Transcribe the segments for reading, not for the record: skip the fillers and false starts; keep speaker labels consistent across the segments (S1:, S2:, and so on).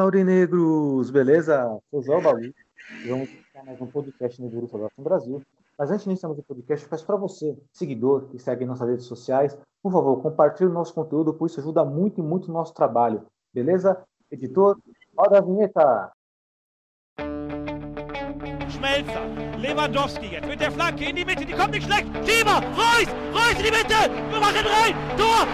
S1: Aurinegros, beleza? Sou o João Baú. Vamos começar mais um podcast no Borussia Dortmund Brasil. Mas antes de iniciarmos o podcast, eu peço para você, seguidor, que segue nossas redes sociais, por favor, compartilhe o nosso conteúdo, pois isso ajuda muito e muito o nosso trabalho. Beleza? Editor, roda a vinheta!
S2: Schmelzer, Lewandowski jetzt mit der Flanke in die Mitte, die kommt nicht schlecht. Schieber, Reus in die Mitte, wir machen rein. Tor!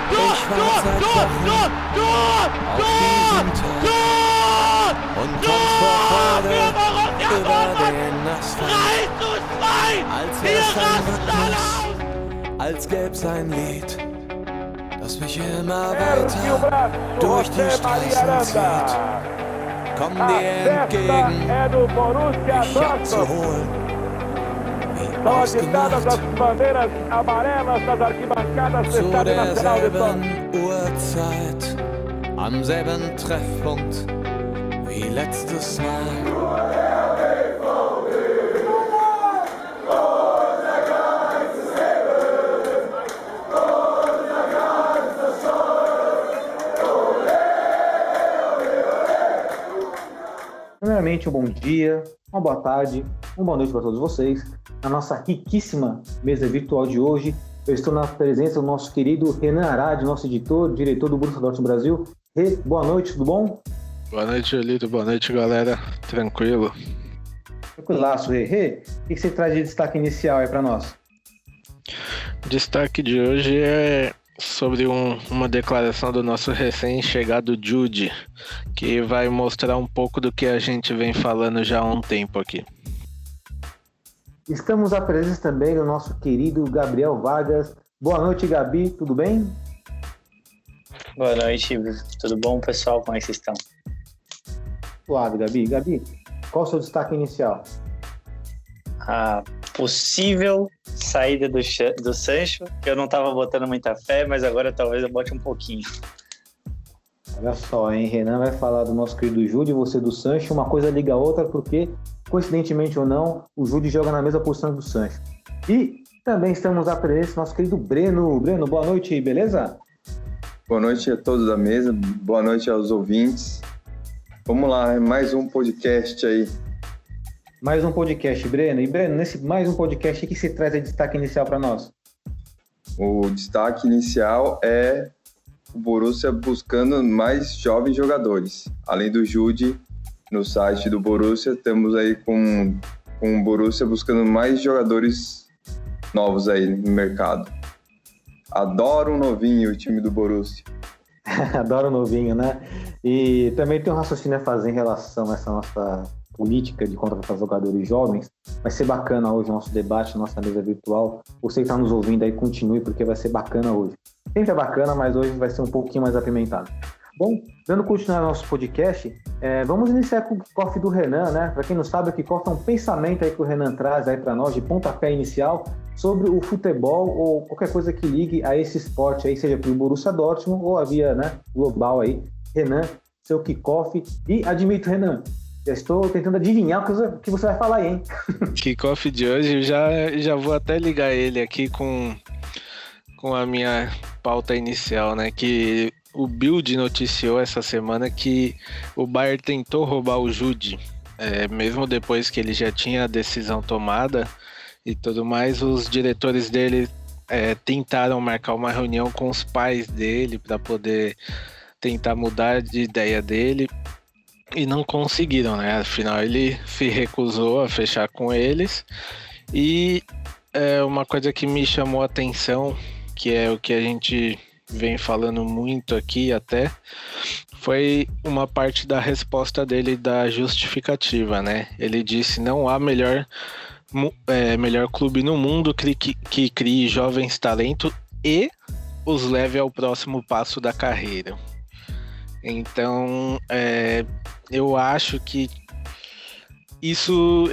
S3: Und kommt vor Freude
S2: Für Borussia
S3: über
S2: Dortmund.
S3: den Asphalt.
S2: 3:2,
S3: Als
S2: wir
S3: wär's ein
S2: rasten alle aus.
S3: Rhythmus, als gäb's ein Lied, das mich immer weiter durch die Straßen zieht. Komm dir entgegen, mich abzuholen, wie ausgemacht, zu derselben Uhrzeit, am selben Treffpunkt wie letztes Mal.
S1: Primeiramente, um bom dia, uma boa tarde, uma boa noite para todos vocês. Na nossa riquíssima mesa virtual de hoje, eu estou na presença do nosso querido Renan Arad, nosso editor, diretor do Borussia Dortmund Brasil. Rê, boa noite, tudo bom?
S4: Boa noite, Julito. Boa noite, galera. Tranquilo?
S1: Tranquilaço, Rê. Rê, o que você traz de destaque inicial aí para nós?
S4: O destaque de hoje é sobre uma declaração do nosso recém-chegado Jude, que vai mostrar um pouco do que a gente vem falando já há um tempo aqui.
S1: Estamos à presença também do nosso querido Gabriel Vargas. Boa noite, Gabi, tudo bem?
S5: Boa noite, tudo bom, pessoal? Como é que vocês estão?
S1: Suave, Gabi. Gabi, qual o seu destaque inicial?
S5: A possível saída do Sancho, que eu não estava botando muita fé, mas agora talvez eu bote um pouquinho.
S1: Olha só, hein? Renan vai falar do nosso querido Jude, você do Sancho. Uma coisa liga a outra, porque, coincidentemente ou não, o Jude joga na mesma posição do Sancho. E também estamos à presença do nosso querido Breno. Breno, boa noite, beleza?
S6: Boa noite a todos da mesa, boa noite aos ouvintes. Vamos lá, mais um podcast aí.
S1: Mais um podcast, Breno. E Breno, nesse mais um podcast, o que você traz de destaque inicial para nós?
S6: O destaque inicial é o Borussia buscando mais jovens jogadores. Além do Jude, no site do Borussia, estamos aí com o Borussia buscando mais jogadores novos aí no mercado. Adoro um novinho, o time do Borussia.
S1: Adoro um novinho, né? E também tem um raciocínio a fazer em relação a essa nossa política de contratar jogadores jovens. Vai ser bacana hoje o nosso debate, nossa mesa virtual. Você que está nos ouvindo aí, continue, porque vai ser bacana hoje. Sempre é bacana, mas hoje vai ser um pouquinho mais apimentado. Bom, dando continuidade ao nosso podcast, vamos iniciar com o kickoff do Renan, né? Para quem não sabe, o kickoff é um pensamento aí que o Renan traz aí para nós, de pontapé inicial, sobre o futebol ou qualquer coisa que ligue a esse esporte aí, seja para o Borussia Dortmund ou a via, né, global aí. Renan, seu kickoff. E admito, Renan, já estou tentando adivinhar o que você vai falar aí, hein?
S4: Kickoff de hoje, já vou até ligar ele aqui com a minha pauta inicial, né? Que o Bild noticiou essa semana que o Bayern tentou roubar o Jude, mesmo depois que ele já tinha a decisão tomada e tudo mais. Os diretores dele tentaram marcar uma reunião com os pais dele para poder tentar mudar de ideia dele. E não conseguiram, né? Afinal, ele se recusou a fechar com eles. E uma coisa que me chamou a atenção, que é o que a gente vem falando muito aqui até, foi uma parte da resposta dele da justificativa, né? Ele disse: não há melhor clube no mundo que crie jovens talentos e os leve ao próximo passo da carreira. Então, eu acho que isso,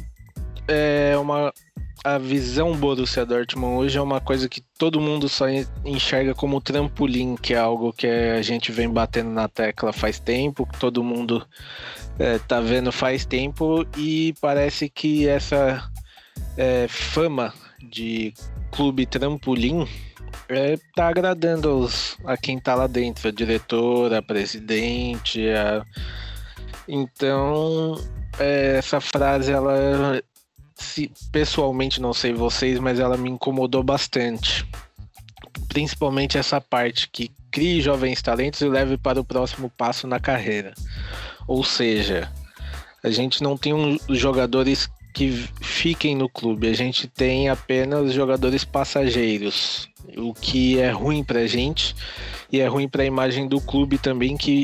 S4: a visão Borussia Dortmund hoje é uma coisa que todo mundo só enxerga como trampolim, que é algo que a gente vem batendo na tecla faz tempo, que todo mundo tá vendo faz tempo, e parece que essa fama de clube trampolim tá agradando a quem tá lá dentro, a diretora, a presidente, Então, essa frase, ela, pessoalmente, não sei vocês, mas ela me incomodou bastante. Principalmente essa parte que crie jovens talentos e leve para o próximo passo na carreira. Ou seja, a gente não tem jogadores que fiquem no clube, a gente tem apenas jogadores passageiros, o que é ruim pra gente e é ruim pra imagem do clube também, que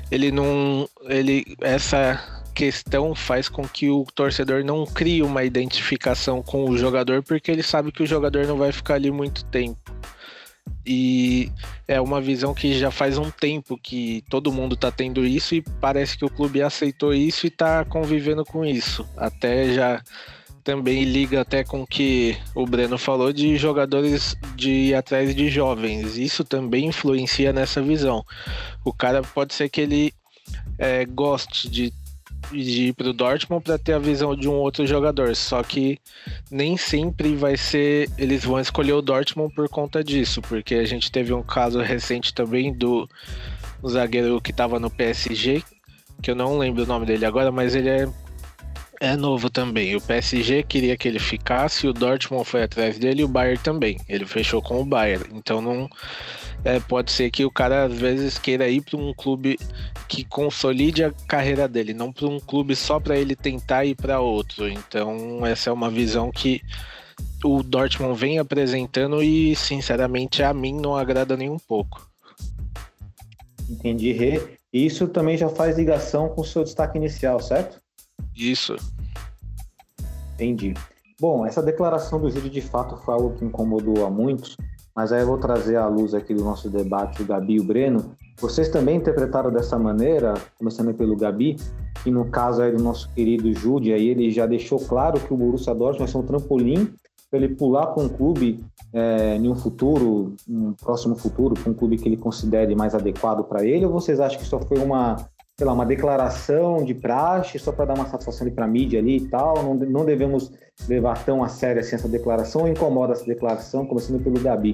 S4: essa questão faz com que o torcedor não crie uma identificação com o jogador, porque ele sabe que o jogador não vai ficar ali muito tempo. E é uma visão que já faz um tempo que todo mundo tá tendo isso, e parece que o clube aceitou isso e tá convivendo com isso. Até já também liga até com o que o Breno falou de jogadores de ir atrás de jovens. Isso também influencia nessa visão. O cara pode ser que ele goste de ir para o Dortmund para ter a visão de um outro jogador, só que nem sempre eles vão escolher o Dortmund por conta disso, porque a gente teve um caso recente também do zagueiro que estava no PSG, que eu não lembro o nome dele agora, mas ele é novo também. O PSG queria que ele ficasse, o Dortmund foi atrás dele e o Bayern também. Ele fechou com o Bayern. Então não pode ser que o cara às vezes queira ir para um clube que consolide a carreira dele, não para um clube só para ele tentar ir para outro. Então essa é uma visão que o Dortmund vem apresentando e sinceramente a mim não agrada nem um pouco.
S1: Entendi, Rê. Isso também já faz ligação com o seu destaque inicial, certo?
S4: Isso.
S1: Entendi. Bom, essa declaração do Júlio de fato foi algo que incomodou a muitos, mas aí eu vou trazer à luz aqui do nosso debate o Gabi e o Breno. Vocês também interpretaram dessa maneira, começando pelo Gabi, que no caso aí do nosso querido Júlio, aí ele já deixou claro que o Borussia Dortmund vai ser um trampolim para ele pular para um clube em um próximo futuro, para um clube que ele considere mais adequado para ele, ou vocês acham que só foi uma declaração de praxe, só para dar uma satisfação ali para a mídia ali e tal? Não devemos levar tão a sério assim essa declaração, ou incomoda essa declaração, começando pelo Gabi?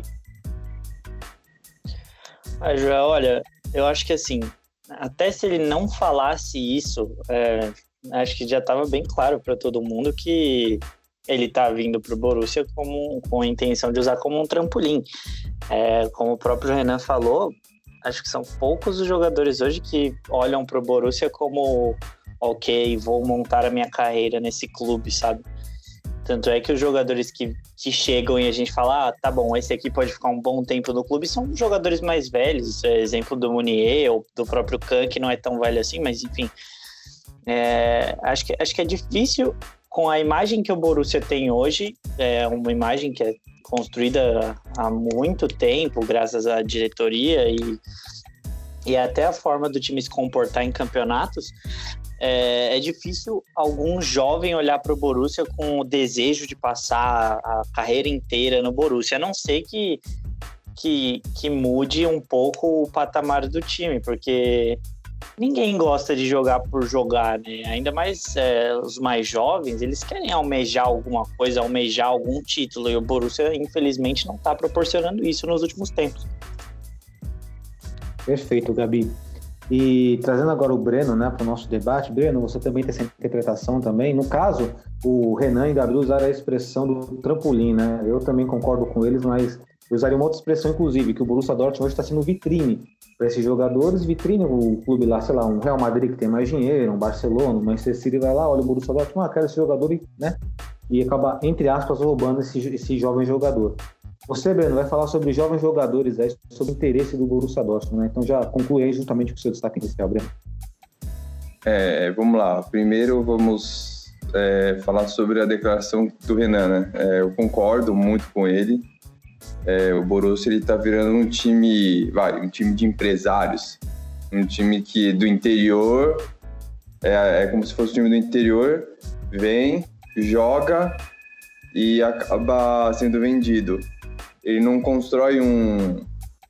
S5: Joel, olha, eu acho que assim, até se ele não falasse isso, acho que já estava bem claro para todo mundo que ele está vindo para o Borussia com a intenção de usar como um trampolim. Como o próprio Renan falou, acho que são poucos os jogadores hoje que olham para o Borussia como ok, vou montar a minha carreira nesse clube, sabe? Tanto é que os jogadores que chegam e a gente fala, tá bom, esse aqui pode ficar um bom tempo no clube, são jogadores mais velhos, exemplo do Meunier ou do próprio Kahn, que não é tão velho assim, mas enfim. Acho que é difícil, com a imagem que o Borussia tem hoje, uma imagem que é construída há muito tempo, graças à diretoria e até a forma do time se comportar em campeonatos, é difícil algum jovem olhar para o Borussia com o desejo de passar a carreira inteira no Borussia, a não ser que mude um pouco o patamar do time, porque ninguém gosta de jogar por jogar, né? Ainda mais os mais jovens, eles querem almejar alguma coisa, almejar algum título, e o Borussia, infelizmente, não está proporcionando isso nos últimos tempos.
S1: Perfeito, Gabi. E trazendo agora o Breno, né, para o nosso debate. Breno, você também tem essa interpretação também. No caso, o Renan e o Gabriel usaram a expressão do trampolim, né? Eu também concordo com eles, mas eu usaria uma outra expressão, inclusive, que o Borussia Dortmund hoje está sendo vitrine para esses jogadores. Vitrine, o clube lá, sei lá, um Real Madrid que tem mais dinheiro, um Barcelona, um Manchester City vai lá, olha o Borussia Dortmund, quero esse jogador, né? E acaba, entre aspas, roubando esse jovem jogador. Você, Breno, vai falar sobre jovens jogadores, sobre o interesse do Borussia Dortmund, né? Então já conclui aí justamente com o seu destaque inicial, Breno.
S6: Vamos lá. Primeiro vamos falar sobre a declaração do Renan, né? Eu concordo muito com ele. O Borussia está virando um time de empresários, um time que do interior, como se fosse um time do interior, vem, joga e acaba sendo vendido. Ele não constrói um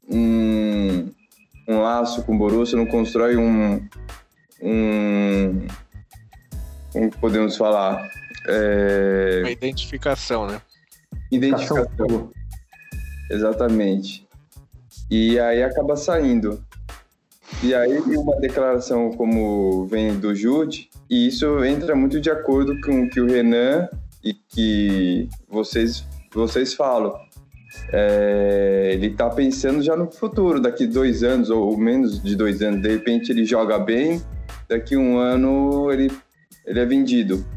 S6: laço com o Borussia, não constrói como podemos falar?
S4: Uma identificação, né?
S6: Identificação. Exatamente. E aí acaba saindo. E aí uma declaração como vem do Jude, e isso entra muito de acordo com o que o Renan e que vocês falam. Ele tá pensando já no futuro, daqui 2 anos ou menos de 2 anos. De repente ele joga bem, daqui 1 ano ele é vendido.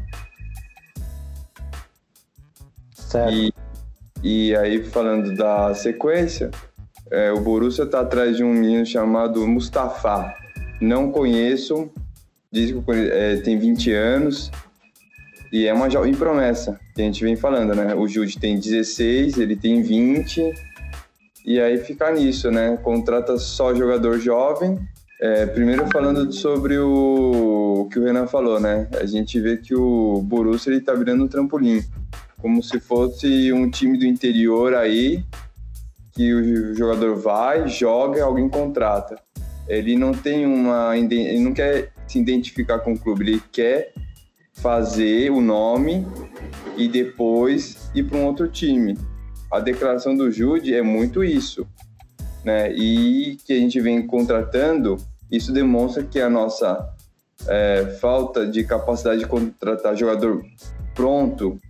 S1: Certo.
S6: E aí, falando da sequência, o Borussia está atrás de um menino chamado Mustafa. Não conheço, diz que tem 20 anos e é uma jovem promessa, que a gente vem falando, né? O Jude tem 16, ele tem 20, e aí fica nisso, né? Contrata só jogador jovem. Primeiro falando sobre o que o Renan falou, né? A gente vê que o Borussia está virando um trampolim, como se fosse um time do interior aí, que o jogador vai, joga, alguém contrata. Ele não quer se identificar com o clube, ele quer fazer o nome e depois ir para um outro time. A declaração do Jude é muito isso, né? E que a gente vem contratando, isso demonstra que a nossa falta de capacidade de contratar jogador pronto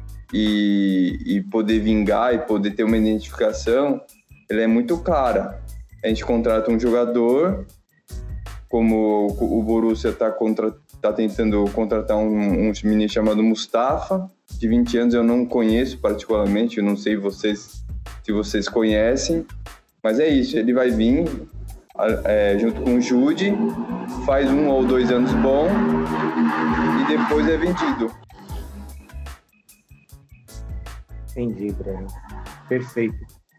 S6: e poder vingar e poder ter uma identificação, ela é muito clara. A gente contrata um jogador, como o Borussia está tentando contratar um menino chamado Mustafa, de 20 anos, eu não conheço particularmente, eu não sei se vocês conhecem, mas é isso, ele vai vir junto com o Jude, faz 1 ou 2 anos bom e depois é vendido.
S1: Entendi, Breno. Perfeito.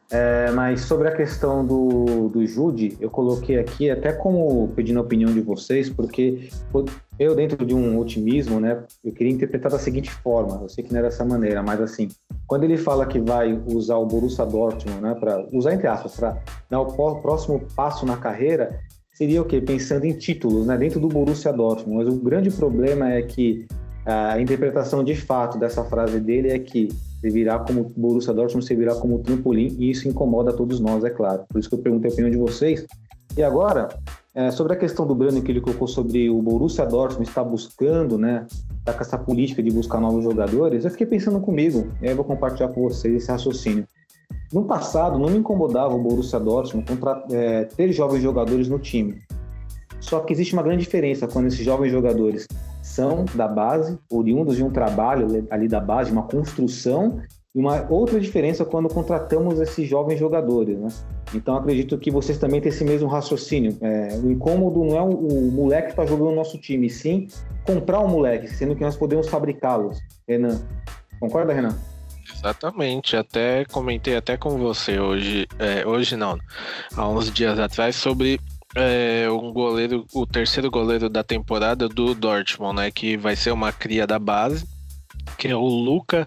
S1: Mas sobre a questão do Jude, eu coloquei aqui até como pedindo a opinião de vocês, porque eu, dentro de um otimismo, né, eu queria interpretar da seguinte forma, eu sei que não era dessa maneira, mas assim, quando ele fala que vai usar o Borussia Dortmund, né, para usar entre aspas, para dar o próximo passo na carreira, seria o quê? Pensando em títulos, né, dentro do Borussia Dortmund. Mas o grande problema é que a interpretação de fato dessa frase dele é que o Borussia Dortmund servirá como trampolim, e isso incomoda a todos nós, é claro. Por isso que eu perguntei a opinião de vocês. E agora, sobre a questão do Breno que ele colocou sobre o Borussia Dortmund estar buscando, né, tá com essa política de buscar novos jogadores, eu fiquei pensando comigo, e aí eu vou compartilhar com vocês esse raciocínio. No passado, não me incomodava o Borussia Dortmund ter jovens jogadores no time. Só que existe uma grande diferença quando esses jovens jogadores são da base, oriundos de um trabalho ali da base, uma construção, e uma outra diferença quando contratamos esses jovens jogadores, né? Então acredito que vocês também têm esse mesmo raciocínio. O incômodo não é o moleque que está jogando no nosso time, sim comprar um moleque, sendo que nós podemos fabricá-los. Renan, concorda, Renan?
S4: Exatamente, até comentei até com você hoje não, há uns dias atrás, sobre um goleiro, o terceiro goleiro da temporada do Dortmund, né, que vai ser uma cria da base, que é o Luca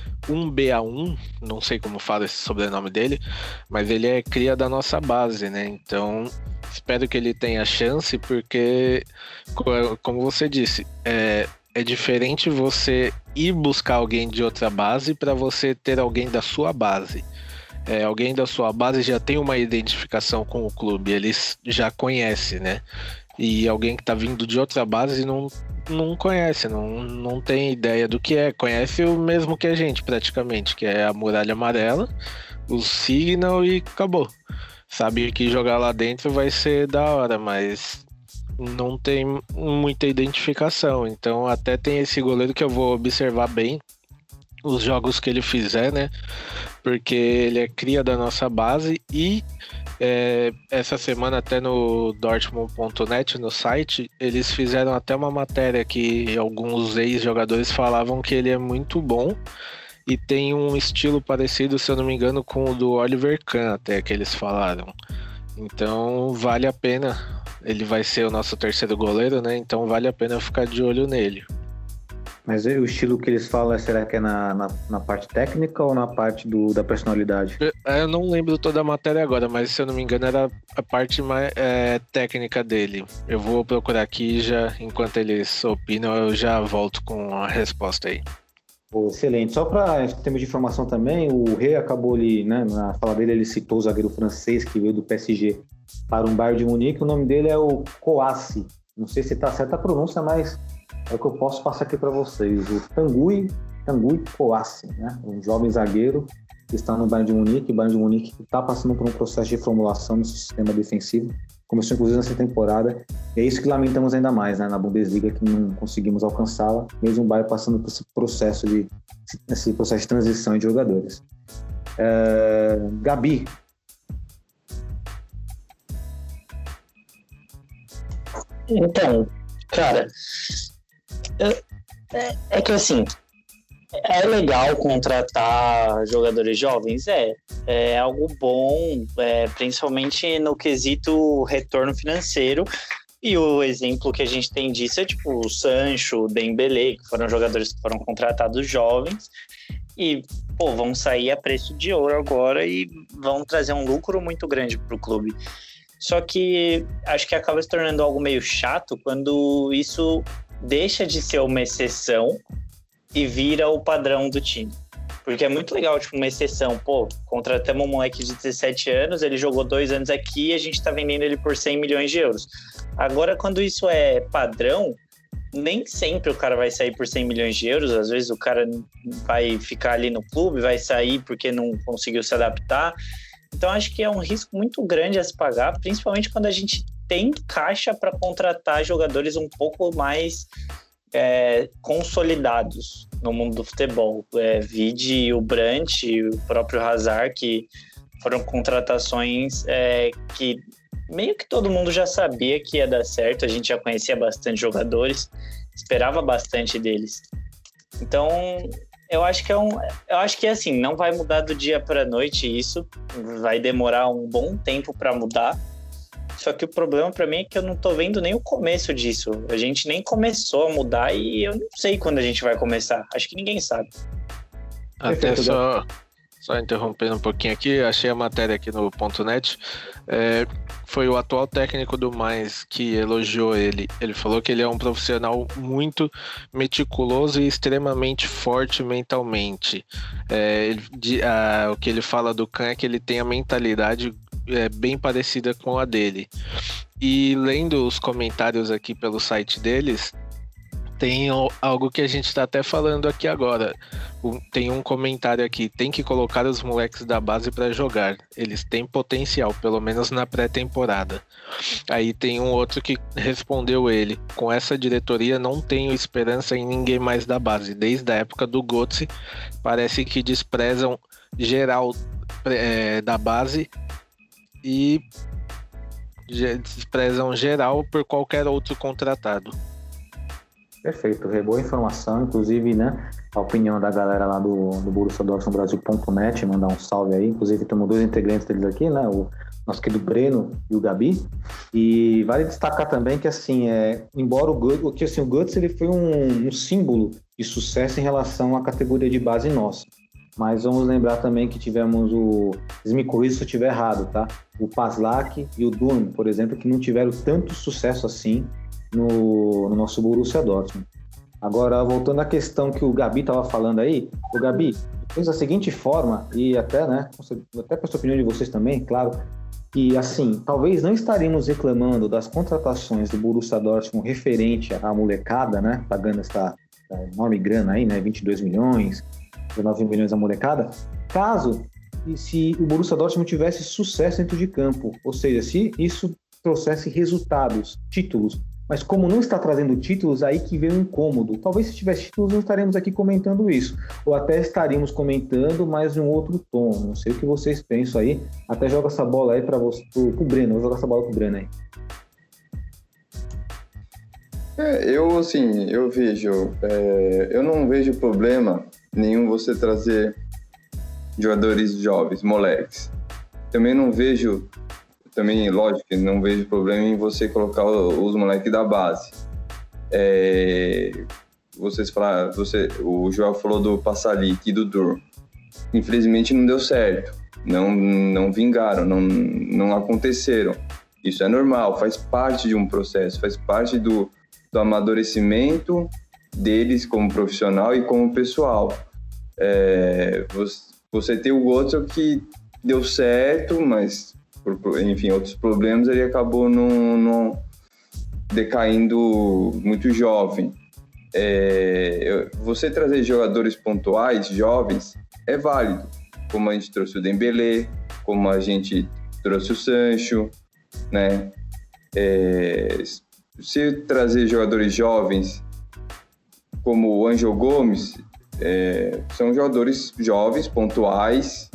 S4: 1BA1, não sei como fala esse sobrenome dele, mas ele é cria da nossa base, né, então espero que ele tenha chance, porque, como você disse, é diferente você ir buscar alguém de outra base para você ter alguém da sua base. Alguém da sua base já tem uma identificação com o clube, eles já conhecem, né? E alguém que tá vindo de outra base não conhece, não tem ideia do que é. Conhece o mesmo que a gente, praticamente, que é a Muralha Amarela, o Signal e acabou. Sabe que jogar lá dentro vai ser da hora, mas não tem muita identificação. Então até tem esse goleiro que eu vou observar bem os jogos que ele fizer, né? Porque ele é cria da nossa base e essa semana até no Dortmund.net, no site, eles fizeram até uma matéria que alguns ex-jogadores falavam que ele é muito bom e tem um estilo parecido, se eu não me engano, com o do Oliver Kahn, até que eles falaram. Então vale a pena, ele vai ser o nosso terceiro goleiro, né? Então vale a pena ficar de olho nele.
S1: Mas o estilo que eles falam, será que é na parte técnica ou na parte da personalidade?
S4: Eu não lembro toda a matéria agora, mas se eu não me engano era a parte mais técnica dele. Eu vou procurar aqui já, enquanto eles opinam, eu já volto com a resposta aí.
S1: Excelente. Só para em termos de informação também, o Rei acabou ali, né, na fala dele, ele citou o zagueiro francês que veio do PSG para um Bayern de Munique. O nome dele é o Kouassi. Não sei se está certa a pronúncia, mas é o que eu posso passar aqui para vocês. O Tanguy Kouassi, né? Um jovem zagueiro que está no Bayern de Munique. O Bayern de Munique está passando por um processo de formulação no sistema defensivo. Começou inclusive nessa temporada. E é isso que lamentamos ainda mais, né? Na Bundesliga, que não conseguimos alcançá-la, mesmo o Bayern passando por esse processo de transição de jogadores. Gabi.
S5: Então, cara, é que assim, é legal contratar jogadores jovens? É algo bom, principalmente no quesito retorno financeiro. E o exemplo que a gente tem disso é tipo o Sancho, o Dembélé, que foram jogadores que foram contratados jovens e vão sair a preço de ouro agora e vão trazer um lucro muito grande para o clube. Só que acho que acaba se tornando algo meio chato quando isso deixa de ser uma exceção e vira o padrão do time. Porque é muito legal, tipo, uma exceção. Contratamos um moleque de 17 anos, ele jogou 2 anos aqui e a gente tá vendendo ele por 100 milhões de euros. Agora, quando isso é padrão, nem sempre o cara vai sair por 100 milhões de euros. Às vezes o cara vai ficar ali no clube, vai sair porque não conseguiu se adaptar. Então, acho que é um risco muito grande a se pagar, principalmente quando a gente tem caixa para contratar jogadores um pouco mais consolidados no mundo do futebol. Vide o Brandt e o próprio Hazard, que foram contratações que meio que todo mundo já sabia que ia dar certo. A gente já conhecia bastante jogadores, esperava bastante deles. Então, eu acho que assim, não vai mudar do dia para a noite isso, vai demorar um bom tempo para mudar. Só que o problema para mim é que eu não tô vendo nem o começo disso. A gente nem começou a mudar e eu não sei quando a gente vai começar. Acho que ninguém sabe.
S4: Até só interrompendo um pouquinho aqui, achei a matéria aqui no .net. Foi o atual técnico do Mainz que elogiou ele. Ele falou que ele é um profissional muito meticuloso e extremamente forte mentalmente. O que ele fala do Kahn é que ele tem a mentalidade bem parecida com a dele. E lendo os comentários aqui pelo site deles, tem algo que a gente está até falando aqui agora. Tem um comentário aqui: tem que colocar os moleques da base para jogar. Eles têm potencial, pelo menos na pré-temporada. Aí tem um outro que respondeu ele: com essa diretoria não tenho esperança em ninguém mais da base. Desde a época do Götze, parece que desprezam geral da base e desprezam geral por qualquer outro contratado.
S1: Perfeito, boa informação, inclusive, né, a opinião da galera lá do Borussia Dortmund Brasil.net, mandar um salve aí, inclusive temos 2 integrantes deles aqui, né, o nosso querido Breno e o Gabi, e vale destacar também que, assim, embora o Götze ele foi um símbolo de sucesso em relação à categoria de base nossa, mas vamos lembrar também que tivemos me corrija se eu estiver errado, tá, o Paslak e o Durm, por exemplo, que não tiveram tanto sucesso assim no nosso Borussia Dortmund. Agora, voltando à questão que o Gabi estava falando aí, o Gabi fez da seguinte forma, e até, né, até com a opinião de vocês também, claro, que, assim, talvez não estaríamos reclamando das contratações do Borussia Dortmund referente à molecada, né, pagando essa enorme grana aí, né, 22 milhões, 19 milhões a molecada, caso se o Borussia Dortmund tivesse sucesso dentro de campo, ou seja, se isso trouxesse resultados, títulos. Mas como não está trazendo títulos, aí que vem o incômodo. Talvez se tivesse títulos não estaremos aqui comentando isso. Ou até estaríamos comentando, mas em um outro tom. Não sei o que vocês pensam aí. Até joga essa bola aí para você, pro Breno. Vou jogar essa bola pro Breno aí.
S6: Eu vejo... eu não vejo problema nenhum você trazer jogadores jovens, moleques. Também não vejo... lógico, não vejo problema em você colocar os moleques da base. O João falou do Pasalic e do Durm. Infelizmente não deu certo. Não vingaram, não aconteceram. Isso é normal, faz parte de um processo, faz parte do amadurecimento deles como profissional e como pessoal. Você tem o Götze que deu certo, mas, enfim, outros problemas, ele acabou não decaindo muito jovem. Você trazer jogadores pontuais, jovens, é válido, como a gente trouxe o Dembélé, como a gente trouxe o Sancho, né? Se trazer jogadores jovens, como o Ângelo Gomes, são jogadores jovens, pontuais,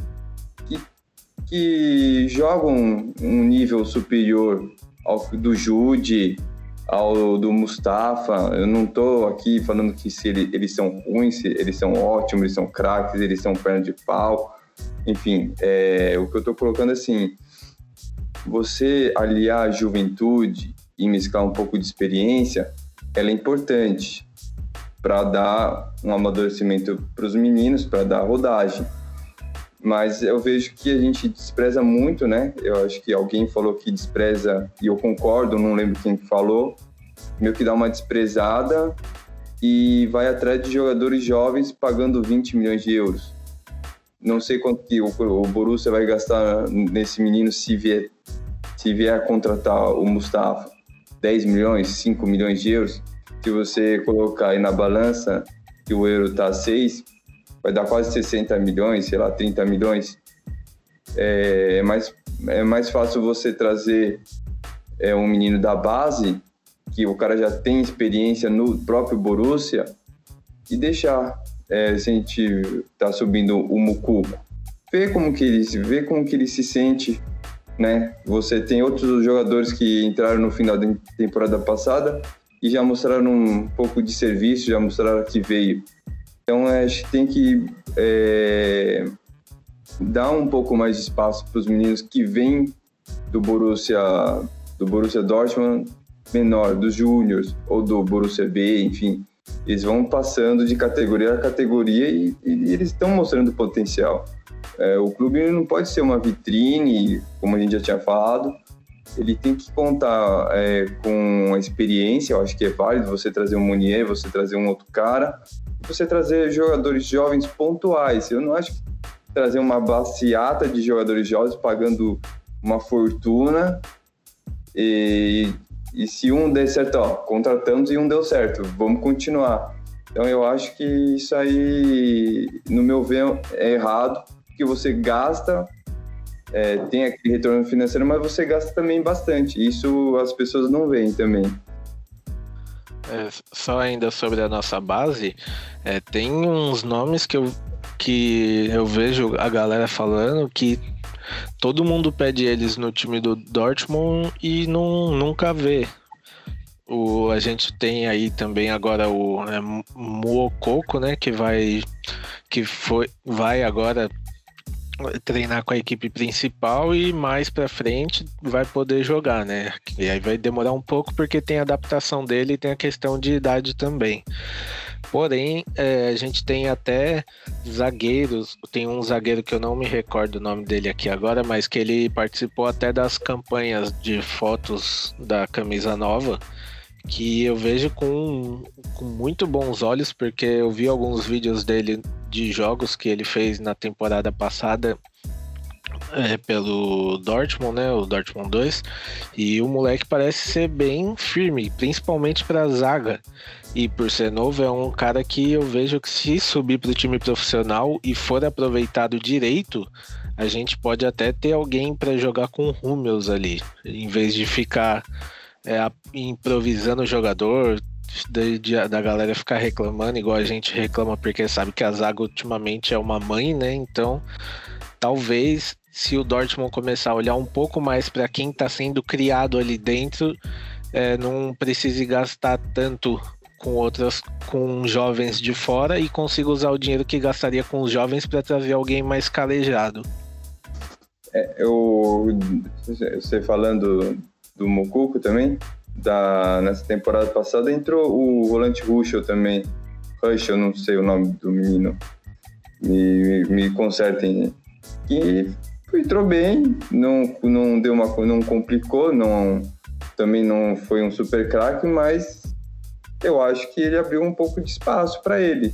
S6: que jogam um nível superior ao do Jude, ao do Mustafa. Eu não estou aqui falando que se eles são ruins, se eles são ótimos, eles são craques, eles são perna de pau. Enfim, o que eu estou colocando assim, você aliar a juventude e mesclar um pouco de experiência, ela é importante para dar um amadurecimento para os meninos, para dar rodagem. Mas eu vejo que a gente despreza muito, né? Eu acho que alguém falou que despreza, e eu concordo, não lembro quem falou, meio que dá uma desprezada e vai atrás de jogadores jovens pagando 20 milhões de euros. Não sei quanto que o Borussia vai gastar nesse menino se vier a contratar o Mustafa. 10 milhões, 5 milhões de euros. Se você colocar aí na balança que o euro está a 6, vai dar quase 60 milhões, sei lá, 30 milhões. É mais fácil você trazer um menino da base, que o cara já tem experiência no próprio Borussia, e deixar, se a gente tá subindo o Moukoko, ver como que ele se sente, né? Você tem outros jogadores que entraram no final da temporada passada e já mostraram um pouco de serviço, já mostraram que veio. Então, a gente tem que dar um pouco mais de espaço para os meninos que vêm do Borussia Dortmund menor, dos Júniors ou do Borussia B, enfim. Eles vão passando de categoria a categoria e eles estão mostrando potencial. O clube não pode ser uma vitrine, como a gente já tinha falado. Ele tem que contar com a experiência. Eu acho que é válido você trazer um Meunier, você trazer um outro cara, você trazer jogadores jovens pontuais. Eu não acho que trazer uma baciata de jogadores jovens pagando uma fortuna e se um der certo, contratamos e um deu certo, vamos continuar. Então eu acho que isso aí, no meu ver, é errado, porque você gasta, tem aquele retorno financeiro, mas você gasta também bastante. Isso as pessoas não veem também.
S4: Só ainda sobre a nossa base, tem uns nomes que eu vejo a galera falando que todo mundo pede eles no time do Dortmund e nunca vê. A gente tem aí também agora o Moukoko, né, que vai agora treinar com a equipe principal e mais pra frente vai poder jogar, né? E aí vai demorar um pouco porque tem a adaptação dele e tem a questão de idade também. Porém, a gente tem até zagueiros. Tem um zagueiro que eu não me recordo o nome dele aqui agora, mas que ele participou até das campanhas de fotos da camisa nova, que eu vejo com muito bons olhos, porque eu vi alguns vídeos dele de jogos que ele fez na temporada passada pelo Dortmund, né, o Dortmund 2, e o moleque parece ser bem firme, principalmente para a zaga, e por ser novo é um cara que eu vejo que se subir para o time profissional e for aproveitado direito, a gente pode até ter alguém para jogar com o Hummels ali, em vez de ficar improvisando o jogador, da galera ficar reclamando igual a gente reclama, porque sabe que a zaga ultimamente é uma mãe, né? Então talvez se o Dortmund começar a olhar um pouco mais para quem está sendo criado ali dentro, não precise gastar tanto com jovens de fora e consiga usar o dinheiro que gastaria com os jovens para trazer alguém mais calejado.
S6: Você falando do Moukoko também, nessa temporada passada entrou o volante Ruschel também. Ruschel, não sei o nome do menino, me consertem, que entrou bem, não complicou, também não foi um super craque, mas eu acho que ele abriu um pouco de espaço para ele.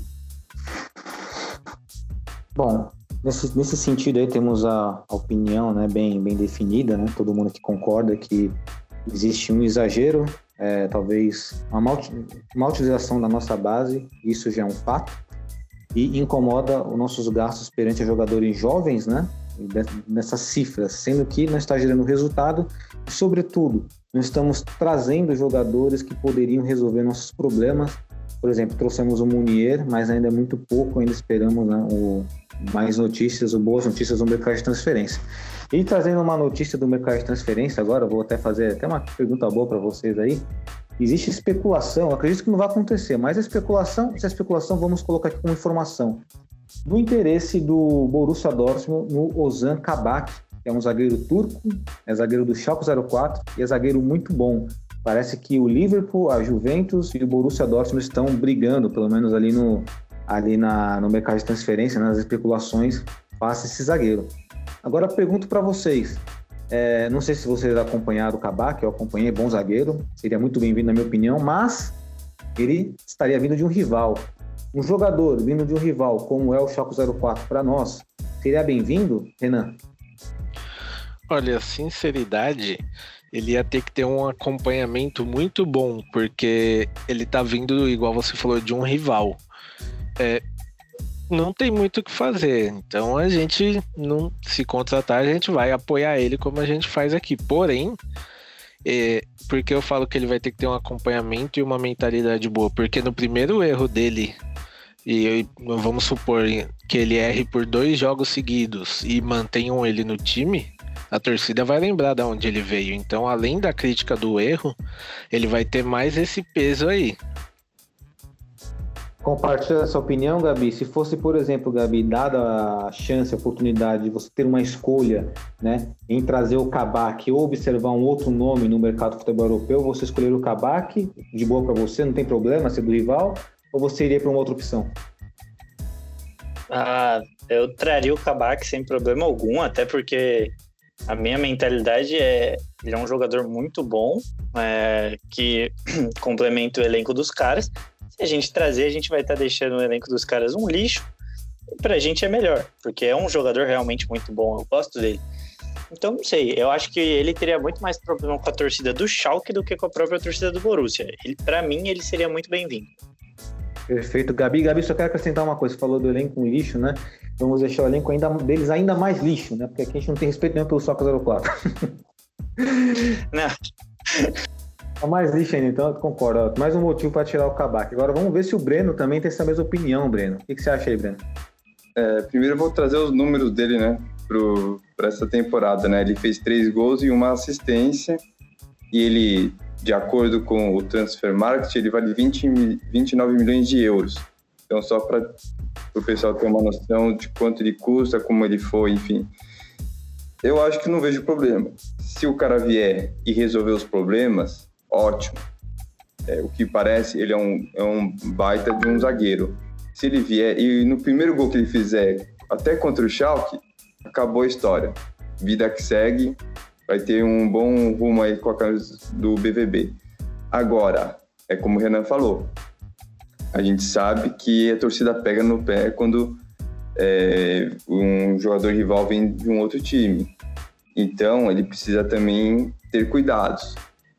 S1: Bom, nesse sentido aí temos a opinião, né, bem definida, né? Todo mundo que concorda que existe um exagero, talvez uma utilização da nossa base, isso já é um fato, e incomoda os nossos gastos perante jogadores jovens, né? Nessas cifras, sendo que não está gerando resultado e, sobretudo, não estamos trazendo jogadores que poderiam resolver nossos problemas. Por exemplo, trouxemos o Munier, mas ainda é muito pouco, ainda esperamos, né, mais notícias ou boas notícias do mercado de transferência. E trazendo uma notícia do mercado de transferência agora, vou até fazer uma pergunta boa para vocês aí. Existe especulação, acredito que não vai acontecer, mas se a especulação, vamos colocar aqui como informação, do interesse do Borussia Dortmund no Ozan Kabak, que é um zagueiro turco, é zagueiro do Schalke 04 e é zagueiro muito bom. Parece que o Liverpool, a Juventus e o Borussia Dortmund estão brigando, pelo menos ali no mercado de transferência, nas especulações, passa esse zagueiro. Agora pergunto para vocês, não sei se vocês acompanharam o Kabak, eu acompanhei, bom zagueiro, seria muito bem-vindo na minha opinião, mas ele estaria vindo de um rival. Um jogador vindo de um rival como é o Schalke 04 para nós, seria bem-vindo, Renan?
S4: Olha, sinceridade, ele ia ter que ter um acompanhamento muito bom, porque ele tá vindo, igual você falou, de um rival. Não tem muito o que fazer, então a gente não, se contratar, a gente vai apoiar ele como a gente faz aqui. Porém, porque eu falo que ele vai ter que ter um acompanhamento e uma mentalidade boa, porque no primeiro erro dele, e vamos supor que ele erre por 2 jogos seguidos e mantenham ele no time, a torcida vai lembrar de onde ele veio. Então, além da crítica do erro, ele vai ter mais esse peso aí.
S1: Compartilha essa opinião, Gabi. Se fosse, por exemplo, Gabi, dada a chance, a oportunidade de você ter uma escolha, né, em trazer o Kabak ou observar um outro nome no mercado do futebol europeu, você escolher o Kabak, de boa para você, não tem problema ser do rival, ou você iria para uma outra opção?
S5: Eu traria o Kabak sem problema algum, até porque a minha mentalidade ele é um jogador muito bom, que complementa o elenco dos caras. Se a gente trazer, a gente vai estar deixando o elenco dos caras um lixo, e pra gente é melhor, porque é um jogador realmente muito bom, eu gosto dele. Então, não sei, eu acho que ele teria muito mais problema com a torcida do Schalke do que com a própria torcida do Borussia. Pra mim, ele seria muito bem-vindo.
S1: Perfeito. Gabi, só quero acrescentar uma coisa. Você falou do elenco um lixo, né? Vamos deixar o elenco deles ainda mais lixo, né? Porque aqui a gente não tem respeito nenhum pelo Schalke 04.
S5: Não.
S1: É mais lixo ainda, então eu concordo. Mais um motivo para tirar o Kabak. Agora vamos ver se o Breno também tem essa mesma opinião, Breno. O que você acha aí, Breno?
S6: Primeiro eu vou trazer os números dele, né? Para essa temporada, né? Ele fez 3 gols e 1 assistência. E ele, de acordo com o Transfermarkt, ele vale 29 milhões de euros. Então, só para o pessoal ter uma noção de quanto ele custa, como ele foi, enfim. Eu acho que não vejo problema. Se o cara vier e resolver os problemas, ótimo. O que parece, ele é um baita de um zagueiro. Se ele vier, e no primeiro gol que ele fizer, até contra o Schalke, acabou a história. Vida que segue, vai ter um bom rumo aí com a camisa do BVB. Agora, é como o Renan falou, a gente sabe que a torcida pega no pé quando um jogador rival vem de um outro time. Então, ele precisa também ter cuidados.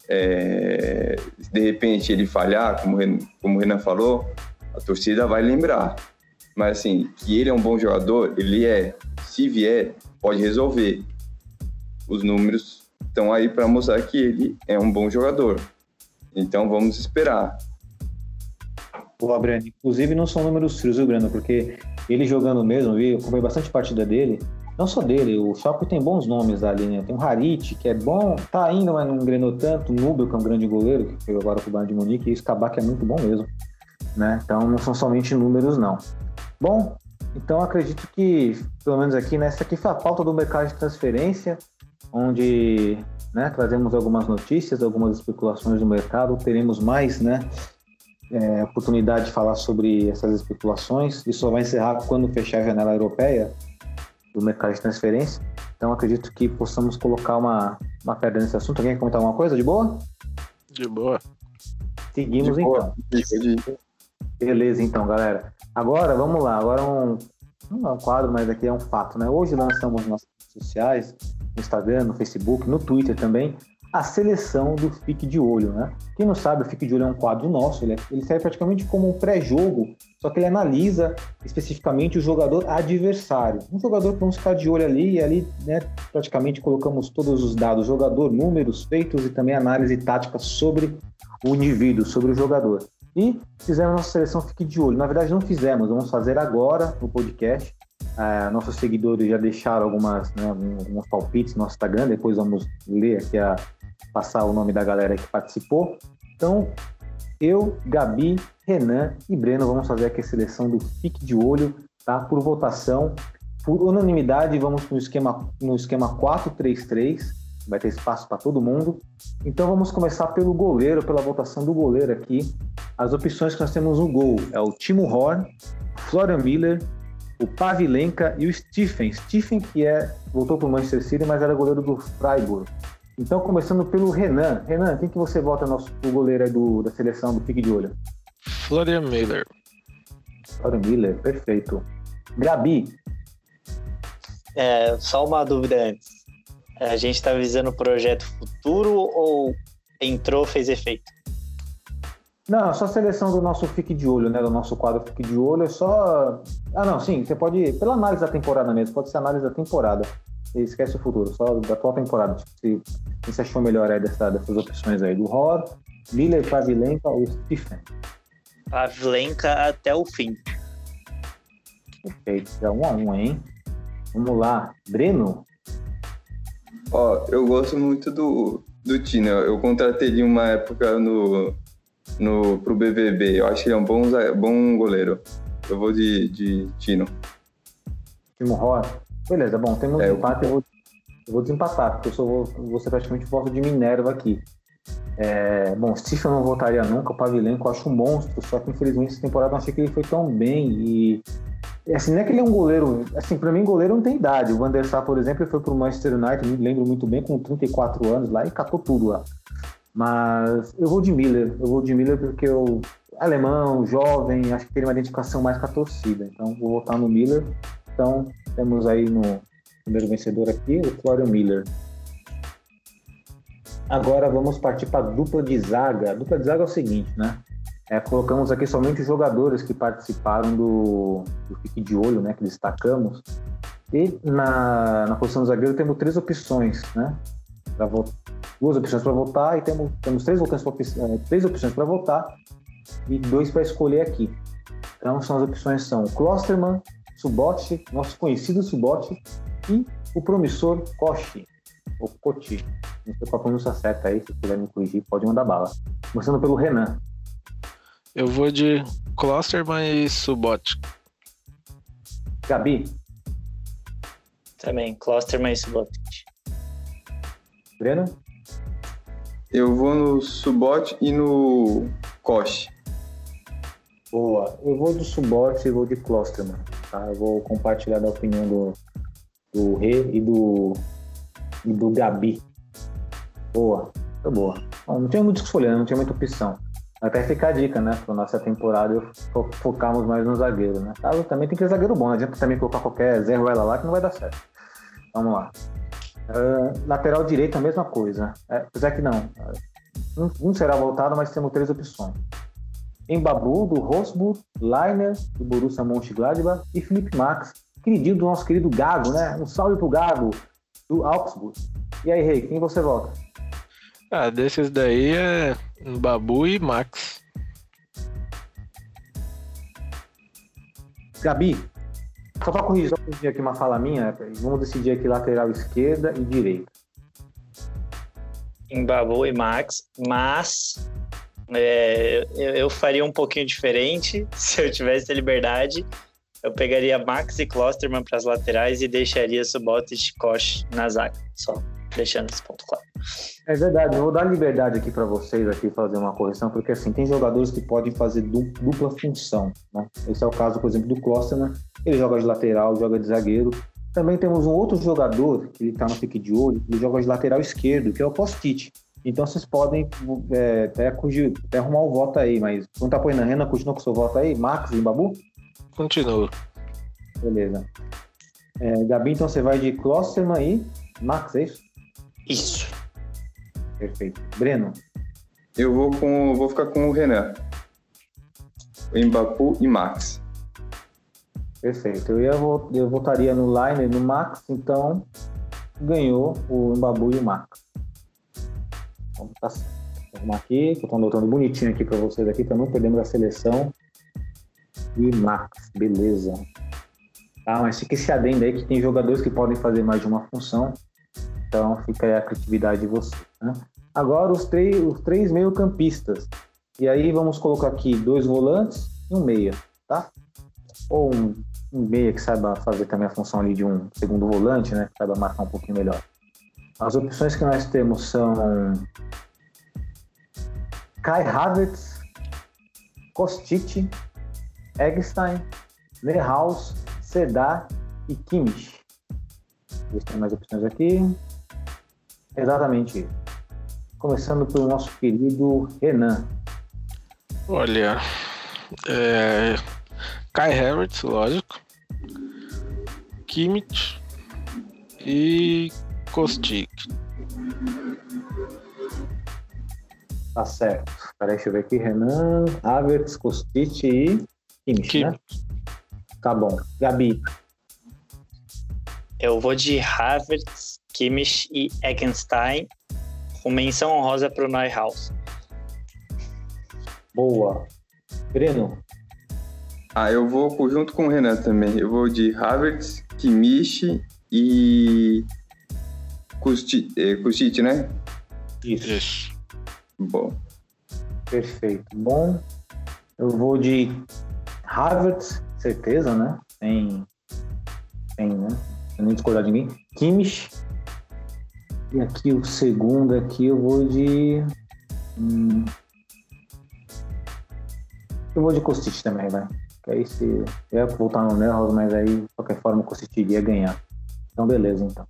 S6: De repente, ele falhar, como o Renan falou, a torcida vai lembrar. Mas, assim, que ele é um bom jogador, se vier, pode resolver. Os números estão aí para mostrar que ele é um bom jogador. Então, vamos esperar.
S1: Boa, Breno. Inclusive, não são números frios, viu, Breno? Porque ele jogando mesmo, eu acompanhei bastante partida dele. Não só dele, o Schalke tem bons nomes ali, né? Tem o Harit, que é bom, tá indo, mas não engrenou tanto. O Nubel, que é um grande goleiro, que veio agora pro Bayern de Munique. E o Kabak é muito bom mesmo, né? Então, não são somente números, não. Bom, então acredito que, pelo menos aqui, né? Essa aqui foi a pauta do mercado de transferência, onde, né, trazemos algumas notícias, algumas especulações do mercado. Teremos mais, né, oportunidade de falar sobre essas especulações. Isso só vai encerrar quando fechar a janela europeia do mercado de transferência. Então acredito que possamos colocar uma pedra nesse assunto. Alguém quer comentar alguma coisa? De boa?
S4: De boa.
S1: Seguimos então. Beleza, então, galera. Agora, vamos lá. Agora não é um quadro, mas aqui é um fato, né? Hoje lançamos nas redes sociais, no Instagram, no Facebook, no Twitter também, a seleção do Fique de Olho, né? Quem não sabe, o Fique de Olho é um quadro nosso, ele serve praticamente como um pré-jogo, só que ele analisa especificamente o jogador adversário. Um jogador que vamos ficar de olho ali, e ali, né, praticamente colocamos todos os dados, jogador, números, feitos e também análise tática sobre o indivíduo, sobre o jogador. E fizemos nossa seleção Fique de Olho. Na verdade, não fizemos, vamos fazer agora no podcast. Nossos seguidores já deixaram alguns palpites no nosso Instagram, depois vamos ler aqui, passar o nome da galera que participou. Então, eu, Gabi, Renan e Breno vamos fazer aqui a seleção do Fique de Olho, tá? Por votação, por unanimidade, vamos no esquema 4-3-3, vai ter espaço para todo mundo. Então vamos começar pelo goleiro, pela votação do goleiro aqui. As opções que nós temos no gol é o Timo Horn, Florian Miller, o Pavlenka e o Stephen que voltou para o Manchester City, mas era goleiro do Freiburg. Então, começando pelo Renan. Renan, quem que você vota o goleiro aí da seleção do Fique de Olho?
S4: Florian Miller.
S1: Florian Miller, perfeito. Gabi.
S5: Só uma dúvida antes. A gente está visando o projeto futuro ou entrou, fez efeito?
S1: Não, só a seleção do nosso Fique de Olho, né? Do nosso quadro Fique de Olho é só... sim, você pode... Pela análise da temporada mesmo, pode ser análise da temporada. Esquece o futuro, só da atual temporada. Tipo, se você achou melhor aí dessas opções aí, do Hor, Miller, Pavlenka ou Stephen?
S5: Pavlenka até o fim.
S1: Perfeito, já 1-1, hein? Vamos lá. Breno?
S6: Eu gosto muito do Tino. Eu contratei ele uma época pro BVB. Eu acho que ele é um bom goleiro. Eu vou de Tino.
S1: Timo Horn? Beleza, bom, temos um empate, eu vou desempatar, porque vou ser praticamente voto de Minerva aqui. Stephen eu não votaria nunca, o Pavlenka eu acho um monstro, só que infelizmente essa temporada eu não achei que ele foi tão bem, e assim, não é que ele é um goleiro, assim, pra mim goleiro não tem idade. O Van der Sar, por exemplo, ele foi pro Manchester United, me lembro muito bem, com 34 anos lá, e catou tudo lá. Mas eu vou de Miller porque alemão, jovem, acho que tem uma identificação mais com a torcida, então vou votar no Miller. Então, temos aí no primeiro vencedor aqui, o Florian Miller. Agora vamos partir para a dupla de zaga. A dupla de zaga é o seguinte, né? Colocamos aqui somente os jogadores que participaram do Fique de Olho, né? Que destacamos. E na posição do zagueiro temos 3 opções, né? 2 opções para votar e temos 3 opções para votar e 2 para escolher aqui. Então, as opções são o Klostermann, Subot, nosso conhecido Subot, e o promissor Kochi, ou Koti. Não sei qual a pronúncia certa aí, se puder me corrigir, pode mandar bala. Começando pelo Renan.
S4: Eu vou de Klostermann e Subot.
S1: Gabi.
S5: Também, Klostermann e Subot.
S1: Breno.
S6: Eu vou no Subot e no Kochi.
S1: Boa. Eu vou de Subot e vou de Klostermann. Tá? Eu vou compartilhar da opinião do Rê e do Gabi. Boa. Tá boa. Bom, não tinha muito o que escolher, não tinha muita opção. Até ficar a dica, né? Para nossa temporada focarmos mais no zagueiro, né? Também tem que ter zagueiro bom, não adianta também colocar qualquer Zé Ruela lá que não vai dar certo. Vamos lá. Lateral direito, a mesma coisa. Apesar que não será voltado, mas temos 3 opções. Mbabu, do Wolfsburg, Leiner, do Borussia Mönchengladbach e Felipe Max, queridinho do nosso querido Gago, né? Um salve pro Gago, do Augsburg. E aí, Rei, quem você vota?
S4: Desses daí é Mbabu e Max.
S1: Gabi, só para corrigir aqui uma fala minha, vamos decidir aqui lateral esquerda e direita.
S5: Mbabu e Max, mas eu faria um pouquinho diferente. Se eu tivesse a liberdade, eu pegaria Max e Klostermann para as laterais e deixaria Subot e Koch na zaga, só deixando esse ponto claro.
S1: É verdade, eu vou dar liberdade aqui para vocês aqui fazer uma correção, porque assim, tem jogadores que podem fazer dupla função, né? Esse é o caso, por exemplo, do Klostermann, ele joga de lateral, joga de zagueiro. Também temos um outro jogador, que ele está no Fique de Olho, ele joga de lateral esquerdo, que é o Kostic. Então vocês podem até arrumar o voto aí, mas não tá apoiando. Renan, continua com o seu voto aí? Max e Babu?
S4: Continuo.
S1: Beleza. Gabi, então você vai de Klosterman e Max, é isso?
S5: Isso.
S1: Perfeito. Breno?
S6: Eu vou ficar com o Renan. O Mbappé e Max.
S1: Perfeito. Eu votaria no Line e no Max, então ganhou o Mbappé e o Max. Vamos tá certo. Vou arrumar aqui, que eu estou anotando bonitinho aqui para vocês aqui, para não perdermos a seleção. E Max, beleza. Tá, mas fica esse adendo aí que tem jogadores que podem fazer mais de uma função. Então fica aí a criatividade de vocês, né? Agora os três meio-campistas. E aí vamos colocar aqui 2 volantes e um meia, tá? Ou um meia que saiba fazer também a função ali de um segundo volante, né? Que saiba marcar um pouquinho melhor. As opções que nós temos são Kai Havertz, Kostic, Eggestein, Neuhaus, Sedar e Kimmich. Deixa eu ter mais opções aqui. Exatamente isso. Começando pelo nosso querido Renan.
S4: Olha, Kai Havertz, lógico, Kimmich e Kostic.
S1: Tá certo. Peraí, deixa eu ver aqui. Renan, Havertz, Kostic e Kimmich, né? Tá bom. Gabi.
S5: Eu vou de Havertz, Kimmich e Eggestein, com menção honrosa para o Neuhaus.
S1: Boa. Breno.
S6: Eu vou junto com o Renan também. Eu vou de Havertz, Kimmich e Kostic, né?
S1: Isso.
S6: Bom.
S1: Perfeito. Bom, eu vou de Havertz, certeza, né? Tem, né? Sem nem discordar de ninguém. Kimmich. E aqui o segundo aqui eu vou de... Eu vou de Kostic também, vai. Que aí se eu ia voltar no Neuhaus, mas aí de qualquer forma o Kostic iria ganhar. Então beleza, então.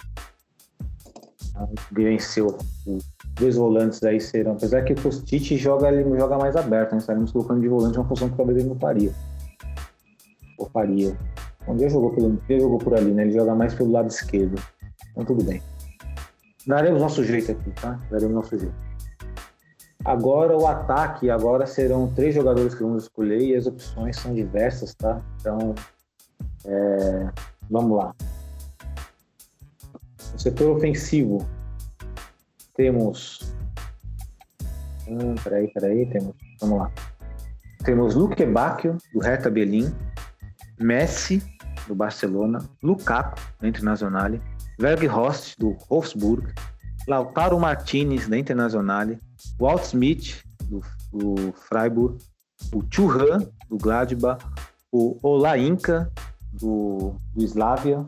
S1: Venceu. Os 2 volantes aí serão... Apesar que o Kostic joga mais aberto, né? Estaremos colocando de volante uma função que talvez ele não faria. Ou faria. Um dia jogou por ali, né? Ele joga mais pelo lado esquerdo. Então tudo bem. Daremos nosso jeito aqui, tá? Daremos nosso jeito. Agora o ataque, serão 3 jogadores que vamos escolher e as opções são diversas, tá? Então, vamos lá. No setor ofensivo, temos... Vamos lá. Temos Luke Bacchio, do Hertha Berlim, Messi, do Barcelona, Lukaku, do Internazionale, Weghorst, do Wolfsburg, Lautaro Martinez, da Internazionale, Walt Smith, do Freiburg, o Thuram, do Gladbach, o Olainka, do Slavia,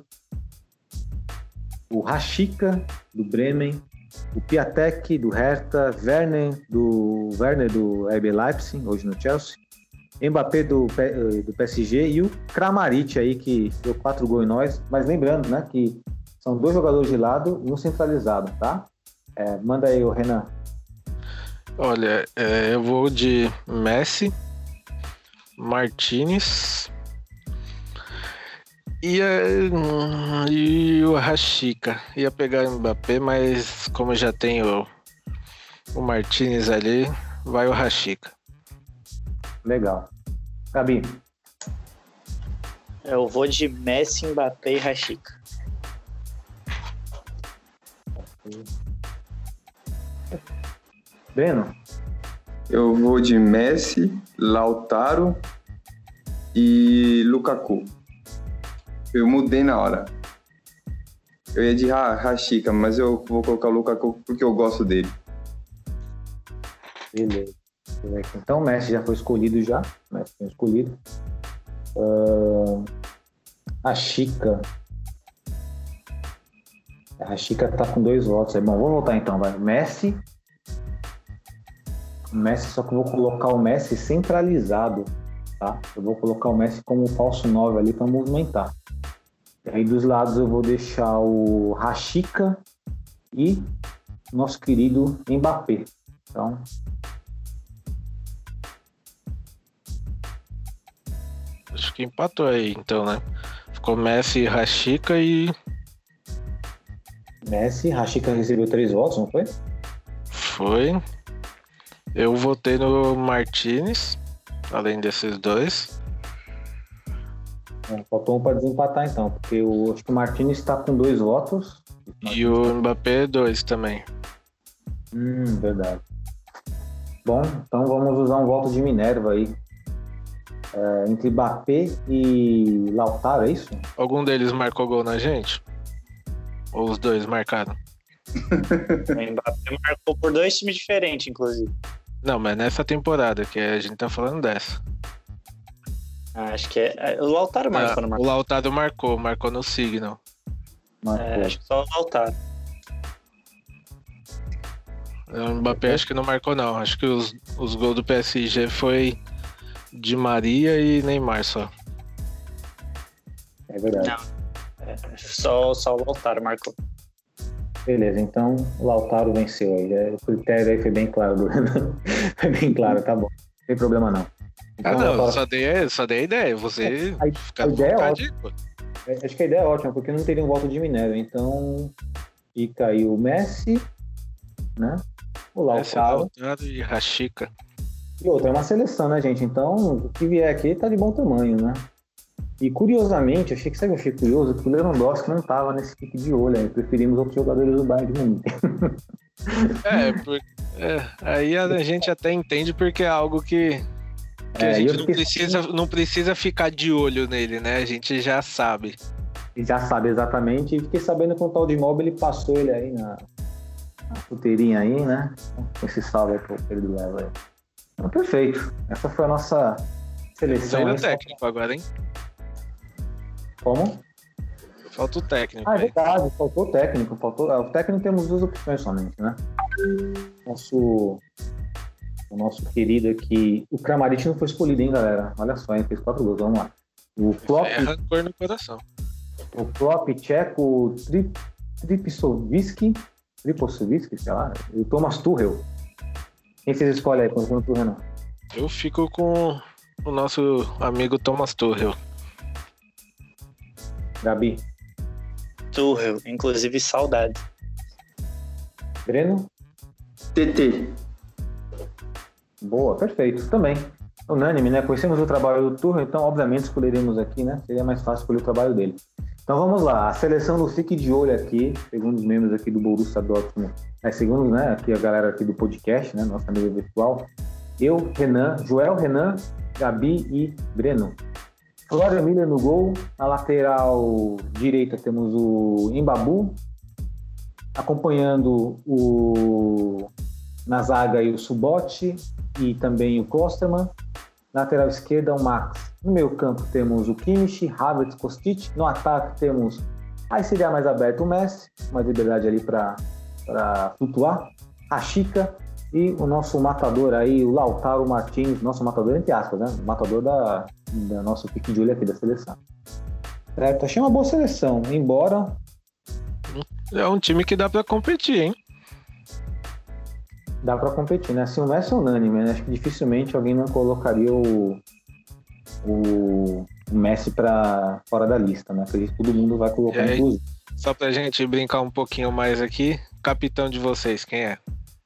S1: o Rashica, do Bremen, o Piatek, do Hertha, Werner do RB Leipzig, hoje no Chelsea, Mbappé do PSG e o Kramaric aí, que deu 4 gols em nós. Mas lembrando, né, que são 2 jogadores de lado e um centralizado, tá? Manda aí, o Renan.
S4: Olha, eu vou de Messi, Martinez e o Rashica. Ia pegar o Mbappé, mas como já tem o Martinez ali, vai o Rashica.
S1: Legal. Gabi.
S5: Eu vou de Messi, Mbappé e Rashica.
S1: Breno.
S6: Eu vou de Messi, Lautaro e Lukaku. Eu mudei na hora. Eu ia de Rashica, mas eu vou colocar o Lukaku porque eu gosto dele.
S1: Beleza. Então o Messi já foi escolhido já. O Messi foi escolhido. A Chica tá com 2 votos. Bom, vou voltar então, vai. Messi, só que eu vou colocar o Messi centralizado, tá? Eu vou colocar o Messi como falso 9 ali para movimentar. E aí dos lados eu vou deixar o Rashica e nosso querido Mbappé. Então,
S4: Acho que empatou aí, então, né? Ficou Messi, Rashica e...
S1: Messi, Rashica recebeu 3 votos, não foi?
S4: Foi. Eu votei no Martinez, além desses dois.
S1: Faltou um para desempatar, então, porque eu acho que o Martínez está com 2 votos.
S4: E o Mbappé, 2 também.
S1: Verdade. Bom, então vamos usar um voto de Minerva aí. Entre Mbappé e Lautaro, é isso?
S4: Algum deles marcou gol na gente? Ou os dois marcaram?
S5: O Mbappé marcou por 2 times diferentes, inclusive.
S4: Não, mas nessa temporada, que a gente tá falando dessa.
S5: Acho que o Lautaro marcou, não
S4: O
S5: marcou?
S4: Lautaro marcou no Signal.
S5: Acho que só o Lautaro.
S4: O Mbappé acho que não marcou, não. Acho que os gols do PSG foi Di Maria e Neymar só.
S1: É verdade.
S5: Não. Só o Lautaro marcou.
S1: Beleza, então o Lautaro venceu aí. O critério aí foi bem claro do Renan. Foi bem claro, tá bom. Não tem problema não. Então,
S4: Não,
S1: Lautaro...
S4: só dei a ideia. Você fica
S1: a ideia
S4: à
S1: é
S4: vontade. Pô.
S1: Acho que a ideia é ótima, porque não teria um voto de Minerva. Então fica aí o Messi, né? O
S4: Esse é
S1: Lautaro.
S4: Lautaro e Rashica.
S1: E outra, é uma seleção, né, gente? Então, o que vier aqui tá de bom tamanho, né? E curiosamente, sabe o que eu achei curioso? Que o Lewandowski não tava nesse pique de olho aí. Preferimos outros jogadores do Bayern de Munique.
S4: Aí a gente até entende porque é algo que a gente não precisa ficar de olho nele, né? A gente já sabe.
S1: Já sabe exatamente. E fiquei sabendo que o tal de Immobile ele passou ele aí na chuteirinha aí, né? Esse salve aí pro querido Léo aí. Então, perfeito. Essa foi a nossa seleção.
S4: Ainda técnico agora, hein?
S1: Como?
S4: Falta o técnico.
S1: É verdade, faltou o técnico. O técnico temos 2 opções somente, né? O nosso querido aqui. O Kramaric não foi escolhido, hein, galera? Olha só, hein? Fez 4 gols. Vamos lá. O Klopp.
S4: É rancor no coração.
S1: O Klopp, Tcheco, Triposovski, sei lá. E o Thomas Tuchel. Quem fez a escolha aí? Quando o Tuchel não?
S4: Eu fico com o nosso amigo Thomas Tuchel.
S1: Gabi.
S5: Tuchel, inclusive saudade.
S1: Breno.
S6: TT.
S1: Boa, perfeito. Também. Unânime, né? Conhecemos o trabalho do Tuchel, então obviamente escolheremos aqui, né? Seria mais fácil escolher o trabalho dele. Então vamos lá. A seleção do Fique de Olho aqui, segundo os membros aqui do Borussia Dortmund, segundo, né, aqui a galera aqui do podcast, né? Nossa amiga virtual. Eu, Renan, Joel, Renan, Gabi e Breno. Florian Miller no gol. Na lateral direita temos o Mbabu. Acompanhando na zaga aí o Subotti e também o Klostermann. Na lateral esquerda o Max. No meio campo temos o Kimmich, Havertz, Kostic. No ataque temos, aí seria mais aberto o Messi, mais liberdade ali para flutuar. A Chica e o nosso matador aí, o Lautaro Martínez, nosso matador entre aspas, né? O matador da nosso pique de olho aqui da seleção. Certo? Achei uma boa seleção, embora...
S4: É um time que dá pra competir, hein?
S1: Dá pra competir, né? Assim, o Messi é unânime, né? Acho que dificilmente alguém não colocaria o Messi pra fora da lista, né? Acredito que todo mundo vai colocar, inclusive.
S4: Só pra gente brincar um pouquinho mais aqui, capitão de vocês, quem é?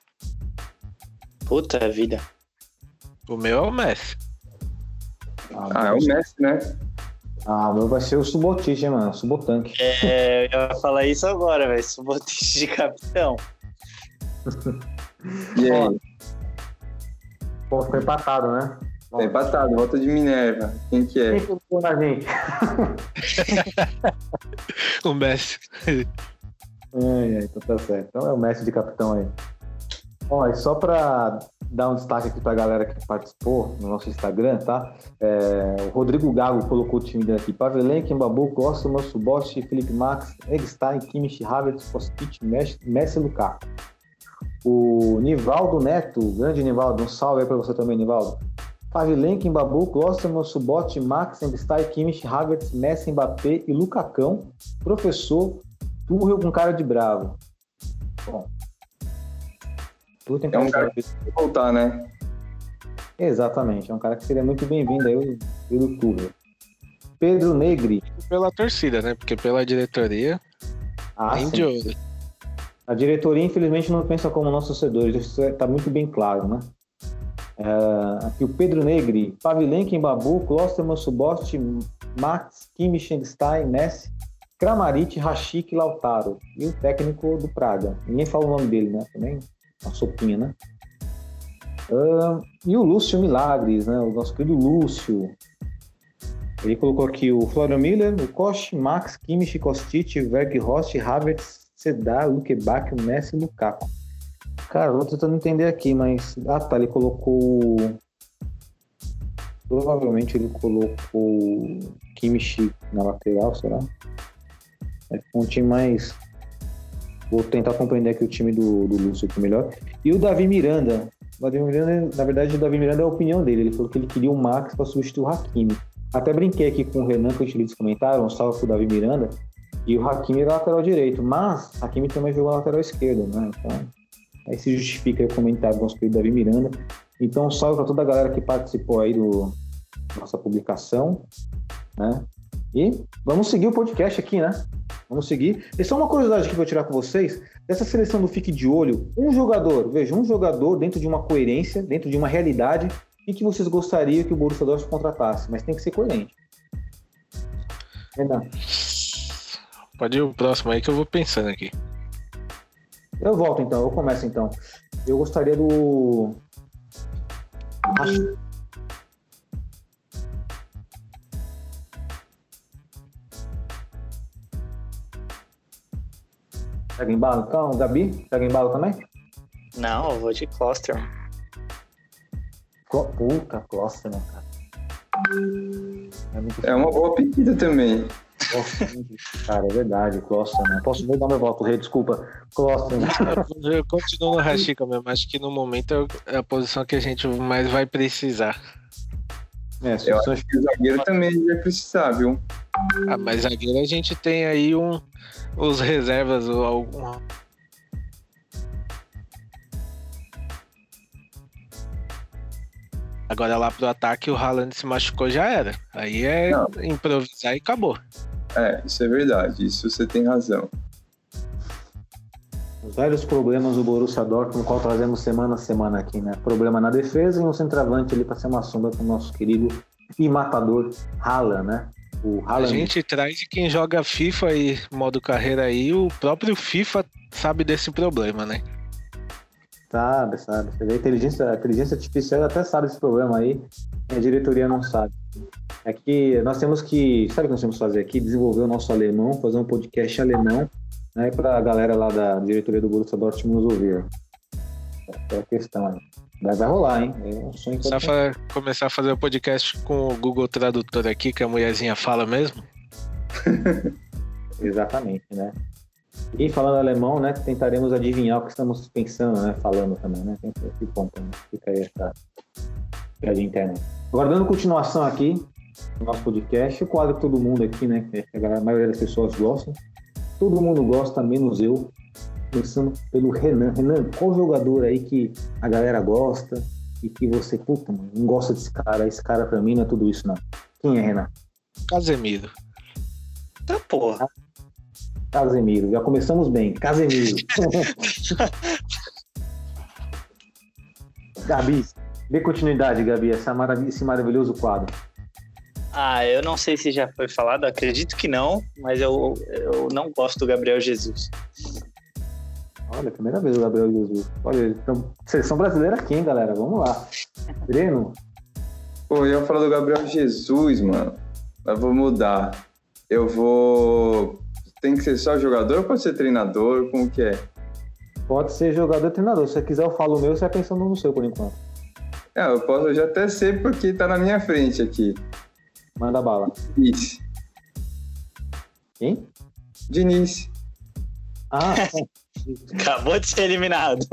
S5: Puta vida.
S4: O meu é o Messi.
S6: É o Messi, né?
S1: O meu vai ser o Subotic, mano? Subotanque.
S5: Eu ia falar isso agora, velho. Subotic de capitão.
S6: E aí?
S1: Pô, ficou empatado, né?
S6: Tá empatado, volta de Minerva. Quem que é?
S1: Quem colocou na gente?
S4: O Messi.
S1: Então tá certo. Então é o Messi de capitão aí. Ó, e só pra dar um destaque aqui pra galera que participou no nosso Instagram, tá? O Rodrigo Gago colocou o time dele aqui. Pavelenque, Mbabu, Klostermann, Subotic, Felipe Max, Eggstein, Kimmich, Havertz, Kostic, Messi e Lukaku. O Nivaldo Neto, grande Nivaldo, um salve aí pra você também, Nivaldo. Pavelenque, Mbabu, Klostermann, Subotic, Max, Eggstein, Kimmich, Havertz, Messi, Mbappé e Lucacão. Professor Tuchel com cara de bravo. Bom,
S6: É um cara que precisa voltar, né?
S1: Exatamente, é um cara que seria muito bem-vindo aí, o youtuber. Pedro Negri.
S4: Pela torcida, né? Porque pela diretoria, nem de ouro.
S1: A diretoria, infelizmente, não pensa como nós torcedores, isso está muito bem claro, né? Aqui o Pedro Negri, Pavlenka, Mbabu, Klosterman, Subotic, Max, Kimmich, Stein, Messi, Kramaric, Rashik e Lautaro. E o técnico do Praga. Ninguém fala o nome dele, né? Também uma sopinha, né? E o Lúcio Milagres, né? O nosso querido Lúcio. Ele colocou aqui o Florian Miller, o Koch, Max, Kimmich, Kostic, Weghorst, Havertz, Sedar, Lukebak, o Messi e o Lukaku. Cara, eu vou tentando entender aqui, mas... tá, ele colocou... Provavelmente ele colocou Kimmich na lateral, será? É um time mais... Vou tentar compreender aqui o time do Lúcio aqui melhor. E o Davi Miranda. Na verdade, o Davi Miranda é a opinião dele. Ele falou que ele queria o Max para substituir o Hakimi. Até brinquei aqui com o Renan, que a gente eles comentaram, um salve pro Davi Miranda. E o Hakimi era lateral direito, mas o Hakimi também jogou na lateral esquerda, né? Então, aí se justifica o comentário do nosso querido Davi Miranda. Então, salve para toda a galera que participou aí da nossa publicação, né? E vamos seguir o podcast aqui, né? Vamos seguir. E só uma curiosidade que eu vou tirar com vocês, dessa seleção do Fique de Olho, um jogador dentro de uma coerência, dentro de uma realidade, e que vocês gostariam que o Borussia Dortmund contratasse, mas tem que ser coerente. Renan.
S4: Pode ir o próximo aí que eu vou pensando aqui.
S1: Eu volto então, eu começo então. Eu gostaria do... Pega em bala então, Gabi? Pega em bala também?
S5: Não, eu vou de Klosterman.
S1: Puta, Klosterman, cara.
S6: É uma boa pedida também.
S1: Cara, é verdade, Klosterman. Posso dar meu voto, Rei? Desculpa. Klosterman.
S4: Eu continuo no Rashica mesmo. Acho que no momento é a posição que a gente mais vai precisar.
S6: Eu acho que o zagueiro também vai precisar, viu?
S4: Mas zagueiro a gente tem aí os reservas ou algum. Agora lá pro ataque o Haaland se machucou, já era. Aí é improvisar e acabou.
S6: Isso é verdade, isso você tem razão.
S1: Os vários problemas do Borussia Dortmund, qual trazemos semana a semana aqui, né? Problema na defesa e um centroavante ali para ser uma sombra para o nosso querido e matador Haaland, né? O Haaland...
S4: A gente traz de quem joga FIFA e modo carreira aí, o próprio FIFA sabe desse problema, né?
S1: Sabe. Você vê, a inteligência artificial até sabe desse problema aí, a diretoria não sabe. É que nós temos que, sabe o que nós temos que fazer aqui? Desenvolver o nosso alemão, fazer um podcast alemão, né, para a galera lá da diretoria do Borussia Dortmund nos ouvir. Essa é a questão aí. Vai rolar, hein? É um sonho que
S4: começar a fazer o podcast com o Google Tradutor aqui, que a mulherzinha fala mesmo?
S1: Exatamente, né? E falando alemão, né, tentaremos adivinhar o que estamos pensando, né, falando também, né? Tem esse ponto, né? Fica aí essa piada interna. Agora, dando continuação aqui no nosso podcast, o quadro que todo mundo aqui, né, que a maioria das pessoas gostam, todo mundo gosta, menos eu, começando pelo Renan. Renan, qual jogador aí que a galera gosta e que você, puta, mano, não gosta desse cara, esse cara pra mim não é tudo isso, não. Quem é, Renan?
S4: Casemiro.
S5: Tá porra.
S1: Casemiro, já começamos bem. Casemiro. Gabi, dê continuidade, Gabi, esse maravilhoso quadro.
S5: Eu não sei se já foi falado, acredito que não, mas eu não gosto do Gabriel Jesus.
S1: Olha, primeira vez o Gabriel Jesus. Olha, então, seleção brasileira aqui, hein, galera? Vamos lá. Breno?
S6: Pô, eu ia falar do Gabriel Jesus, mano. Mas vou mudar. Eu vou... Tem que ser só jogador ou pode ser treinador? Como que é?
S1: Pode ser jogador ou treinador. Se você quiser, eu falo o meu, você vai pensando no seu, por enquanto.
S6: Eu já até sei porque tá na minha frente aqui.
S1: Manda bala.
S6: Diniz.
S1: Quem?
S6: Diniz.
S5: Acabou de ser eliminado.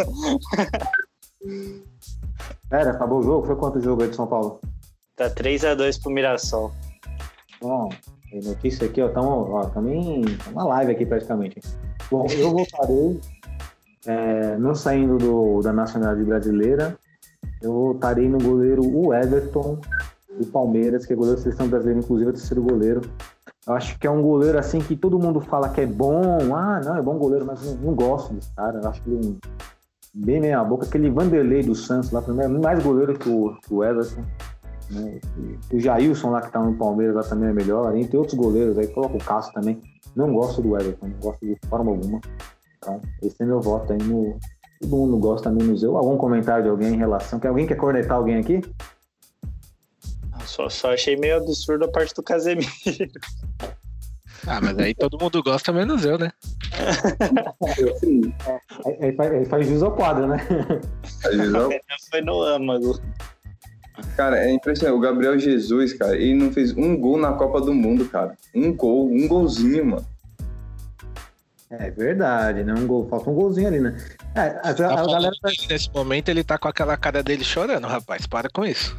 S1: Pera, acabou o jogo? Foi quanto o jogo aí de São Paulo?
S5: Tá 3-2 pro Mirassol.
S1: Bom, notícia aqui, ó, estamos em uma live aqui praticamente. Bom, eu votarei não saindo da nacionalidade brasileira, eu votarei no goleiro o Everton, do Palmeiras, que é goleiro da seleção brasileira, inclusive é o terceiro goleiro. Eu acho que é um goleiro assim que todo mundo fala que é bom, não, é bom goleiro, mas não gosto desse cara. Eu acho que ele bem meia boca. Aquele Vanderlei do Santos lá, pra mim, é mais goleiro que o Everton. Né? O Jailson lá que tá no Palmeiras lá também é melhor. Tem outros goleiros aí, coloca o Cássio também. Não gosto do Everton, não gosto de forma alguma. Então, esse é meu voto aí no... Todo mundo gosta, menos eu. Algum comentário de alguém em relação? Alguém quer cornetar alguém aqui?
S5: Só achei meio absurdo a parte do Casemiro.
S4: Mas aí todo mundo gosta, menos eu, né?
S1: Aí faz jus ao quadro, né?
S5: Foi no âmago.
S6: Cara, é impressionante. O Gabriel Jesus, cara, ele não fez um gol na Copa do Mundo, cara. Um golzinho, mano.
S1: É verdade, né? Falta um golzinho ali, né? A galera...
S4: Nesse momento ele tá com aquela cara dele chorando, rapaz. Para com isso.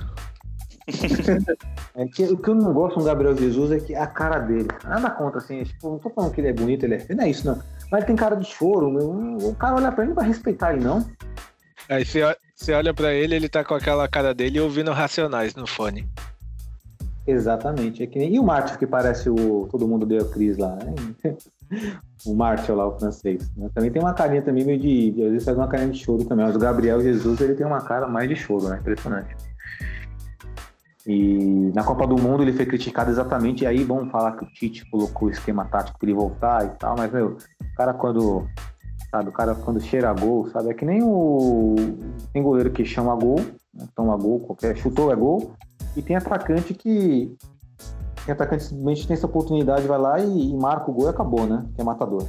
S1: O que eu não gosto do Gabriel Jesus é que a cara dele, nada contra, assim, não tô falando que ele é bonito, ele é feio, não é isso, não. Mas ele tem cara de choro, o cara olha pra ele, não vai respeitar ele, não.
S4: Aí você olha pra ele, ele tá com aquela cara dele ouvindo Racionais no fone.
S1: Exatamente, e o Mártir, que parece Todo Mundo Deu a Cris lá, né? O Mártir lá, o francês, né? Também tem uma carinha também meio às vezes faz uma carinha de choro também, mas o Gabriel Jesus, ele tem uma cara mais de choro, né? Impressionante. E na Copa do Mundo ele foi criticado exatamente, e aí vamos falar que o Tite colocou o esquema tático para ele voltar e tal, mas, o cara quando cheira a gol, sabe, é que nem tem goleiro que chama gol, né, toma gol, qualquer chutou é gol, e tem atacante simplesmente tem essa oportunidade, vai lá e marca o gol e acabou, né, que é matador.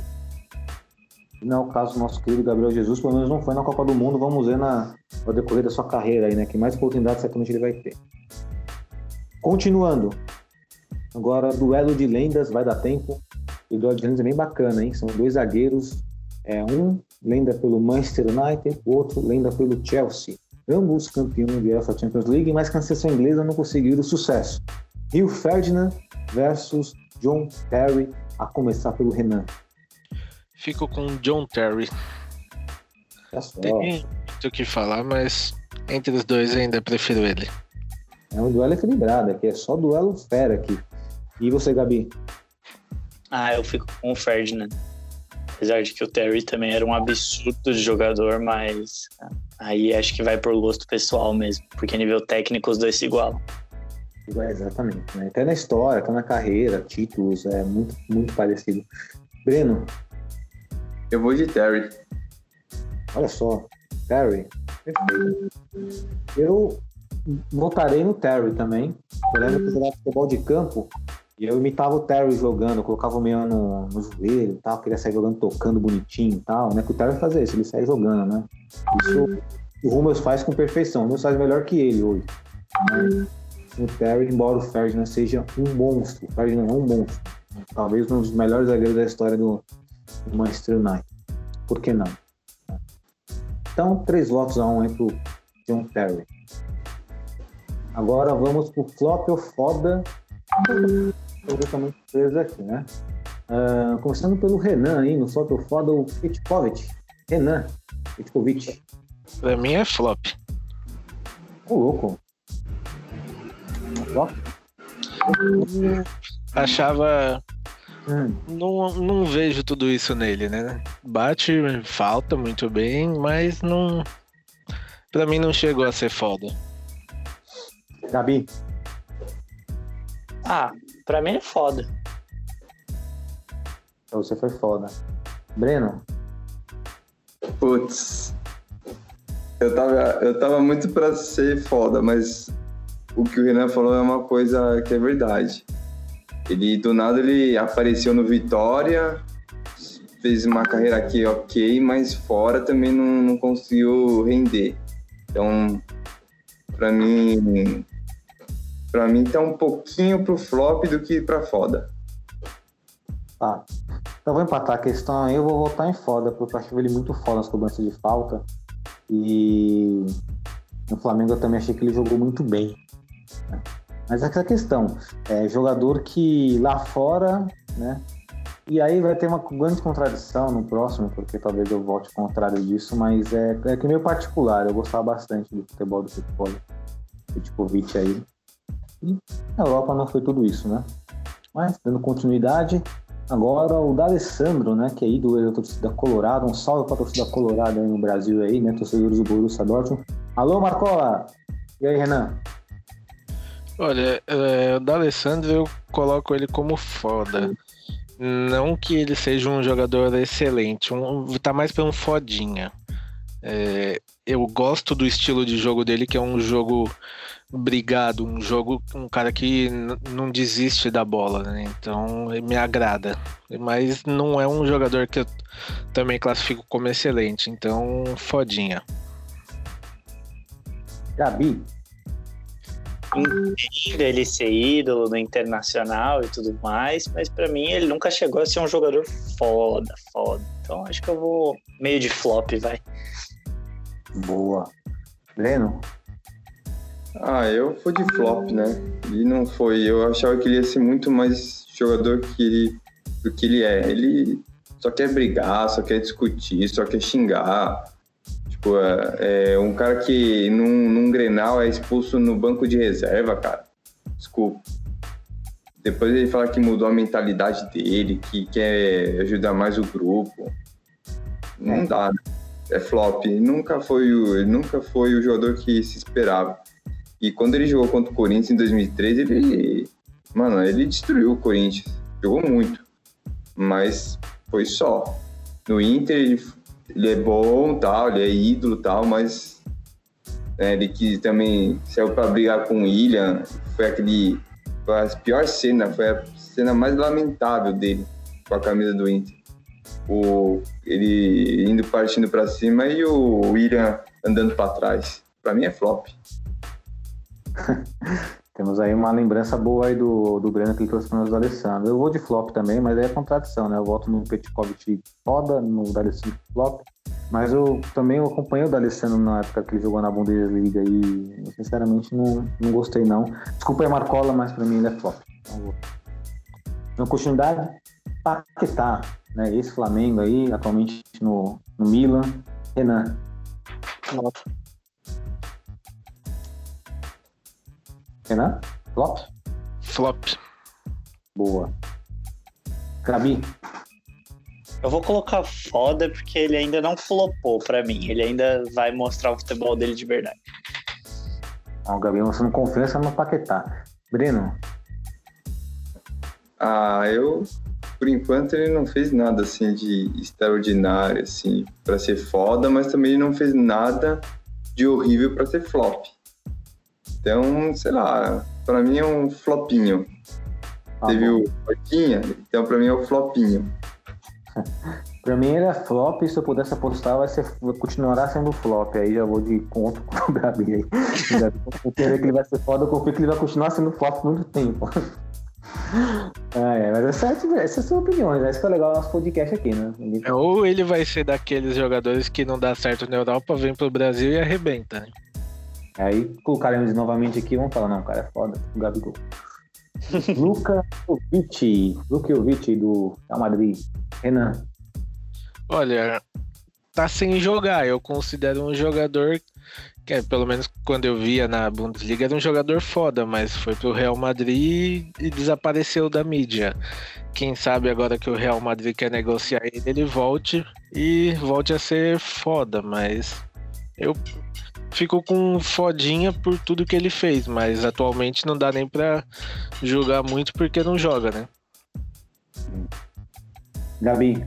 S1: E não é o caso do nosso querido Gabriel Jesus, pelo menos não foi na Copa do Mundo, vamos ver no decorrer da sua carreira aí, né, que mais oportunidades certamente ele vai ter. Continuando, agora duelo de lendas, vai dar tempo, e o duelo de lendas é bem bacana, hein? São dois zagueiros, um lenda pelo Manchester United, o outro lenda pelo Chelsea. Ambos campeões de UEFA Champions League, mas que a seleção inglesa não conseguiram sucesso. Rio Ferdinand versus John Terry, a começar pelo Renan.
S4: Fico com John Terry. Tem muito o que falar, mas entre os dois ainda prefiro ele.
S1: É um duelo equilibrado, aqui é só duelo fera aqui. E você, Gabi?
S5: Eu fico com o Ferdinand. Apesar de que o Terry também era um absurdo de jogador, mas aí acho que vai por gosto pessoal mesmo, porque nível técnico os dois se igualam.
S1: Exatamente, né? Até na história, até na carreira, títulos, é muito, muito parecido. Breno?
S6: Eu vou de Terry.
S1: Olha só, Terry, perfeito. Eu votarei no Terry também. Eu lembro que eu jogava futebol de campo e eu imitava o Terry jogando, eu colocava o meio no joelho e tal, queria sair jogando, tocando bonitinho e tal, né? Que o Terry fazia isso, ele sai jogando, né? Isso o Rummels faz com perfeição, o Rummels faz melhor que ele hoje. Né? O Terry, embora o Ferdinand seja um monstro, o Ferdinand é um monstro, talvez um dos melhores zagueiros da história do Manchester United. Por que não? Então, 3-1 aí pro John Terry. Agora vamos pro flop ou foda. Eu tô muito preso aqui, né? Começando pelo Renan aí, no flop ou foda, o Petkovic. Renan Petkovic.
S4: Pra mim é flop.
S1: Ô, louco. Flop?
S4: Achava... Não vejo tudo isso nele, né? Bate, falta muito bem, mas não... Pra mim não chegou a ser foda.
S1: Gabi?
S5: Pra mim é foda.
S1: Pra você foi foda. Breno?
S6: Putz. Eu tava muito pra ser foda, mas o que o Renan falou é uma coisa que é verdade. Do nada ele apareceu no Vitória, fez uma carreira aqui ok, mas fora também não conseguiu render. Então, pra mim tá um pouquinho pro flop do que pra foda.
S1: Tá. Então vou empatar a questão aí, eu vou votar em foda, porque eu acho ele muito foda nas cobranças de falta. E no Flamengo eu também achei que ele jogou muito bem. Né? Mas essa questão, jogador que lá fora, né, E aí vai ter uma grande contradição no próximo, porque talvez eu volte contrário disso, mas é que meio particular. Eu gostava bastante do futebol do Petkovic aí. E a Europa não foi tudo isso, né? Mas, dando continuidade, agora o D'Alessandro, né, que é ídolo da torcida colorada. Um salve pra torcida colorada aí no Brasil aí, né? Torcedores do Borussia Dortmund. Alô, Marcola! E aí, Renan?
S4: Olha, o D'Alessandro eu coloco ele como foda. Não que ele seja um jogador excelente, tá mais pra um fodinha. Eu gosto do estilo de jogo dele, que é um jogo brigado, um cara que não desiste da bola, né? Então me agrada. Mas não é um jogador que eu também classifico como excelente, então fodinha.
S1: Gabi?
S5: Entendo ele ser ídolo no Internacional e tudo mais, mas pra mim ele nunca chegou a ser um jogador foda. Então acho que eu vou meio de flop, vai.
S1: Boa. Breno?
S6: Eu fui de flop, né? E não foi. Eu achava que ele ia ser muito mais jogador do que ele é. Ele só quer brigar, só quer discutir, só quer xingar. Tipo, é um cara que num Grenal é expulso no banco de reserva, cara. Desculpa. Depois ele fala que mudou a mentalidade dele, que quer ajudar mais o grupo. Não dá, né? É flop. Ele nunca foi o jogador que se esperava. E quando ele jogou contra o Corinthians em 2013, ele destruiu o Corinthians. Jogou muito. Mas foi só. No Inter, ele é bom, tal, ele é ídolo, tal, mas ele que também saiu para brigar com o Willian. Foi a pior cena, foi a cena mais lamentável dele com a camisa do Inter. Ele partindo para cima e o Willian andando para trás. Para mim é flop.
S1: Temos aí uma lembrança boa aí do Breno que ele trouxe para nós do D'Alessandro. Eu vou de flop também, mas aí é contradição, né? Eu voto no Petkovic foda, no D'Alessandro flop. Mas eu também acompanhei o D'Alessandro na época que ele jogou na Bundesliga e sinceramente não gostei não. Desculpa aí, Marcola, mas para mim ele é flop. Na continuidade, Paquetá, né? Esse Flamengo aí, atualmente no Milan. Renan. Flop. Renan? Flop?
S4: Flop.
S1: Boa. Gabi?
S5: Eu vou colocar foda porque ele ainda não flopou pra mim. Ele ainda vai mostrar o futebol dele de verdade.
S1: O Gabi mostrando confiança no Paquetá. Breno?
S6: Por enquanto ele não fez nada assim de extraordinário assim para ser foda, mas também ele não fez nada de horrível para ser flop. Então, sei lá, pra mim é um flopinho. Teve o Porquinha, então pra mim é o flopinho.
S1: Pra mim ele é flop e se eu pudesse apostar continuará sendo flop. Aí já vou de conto com o Gabi aí. Eu quero que ele vai ser foda, eu confio que ele vai continuar sendo flop por muito tempo. Mas essas são opiniões, né? Isso que é legal do nosso podcast aqui, né?
S4: Ou ele vai ser daqueles jogadores que não dá certo na Europa, vem pro Brasil e arrebenta, né?
S1: Aí colocaremos novamente aqui e vamos falar, não, cara, é foda, o Gabigol. Lukovic do Real Madrid. Renan.
S4: Olha, tá sem jogar, eu considero um jogador que, pelo menos quando eu via na Bundesliga, era um jogador foda, mas foi pro Real Madrid e desapareceu da mídia. Quem sabe agora que o Real Madrid quer negociar ele volte a ser foda, mas eu fico com fodinha por tudo que ele fez, mas atualmente não dá nem pra julgar muito porque não joga, né?
S1: Gabi.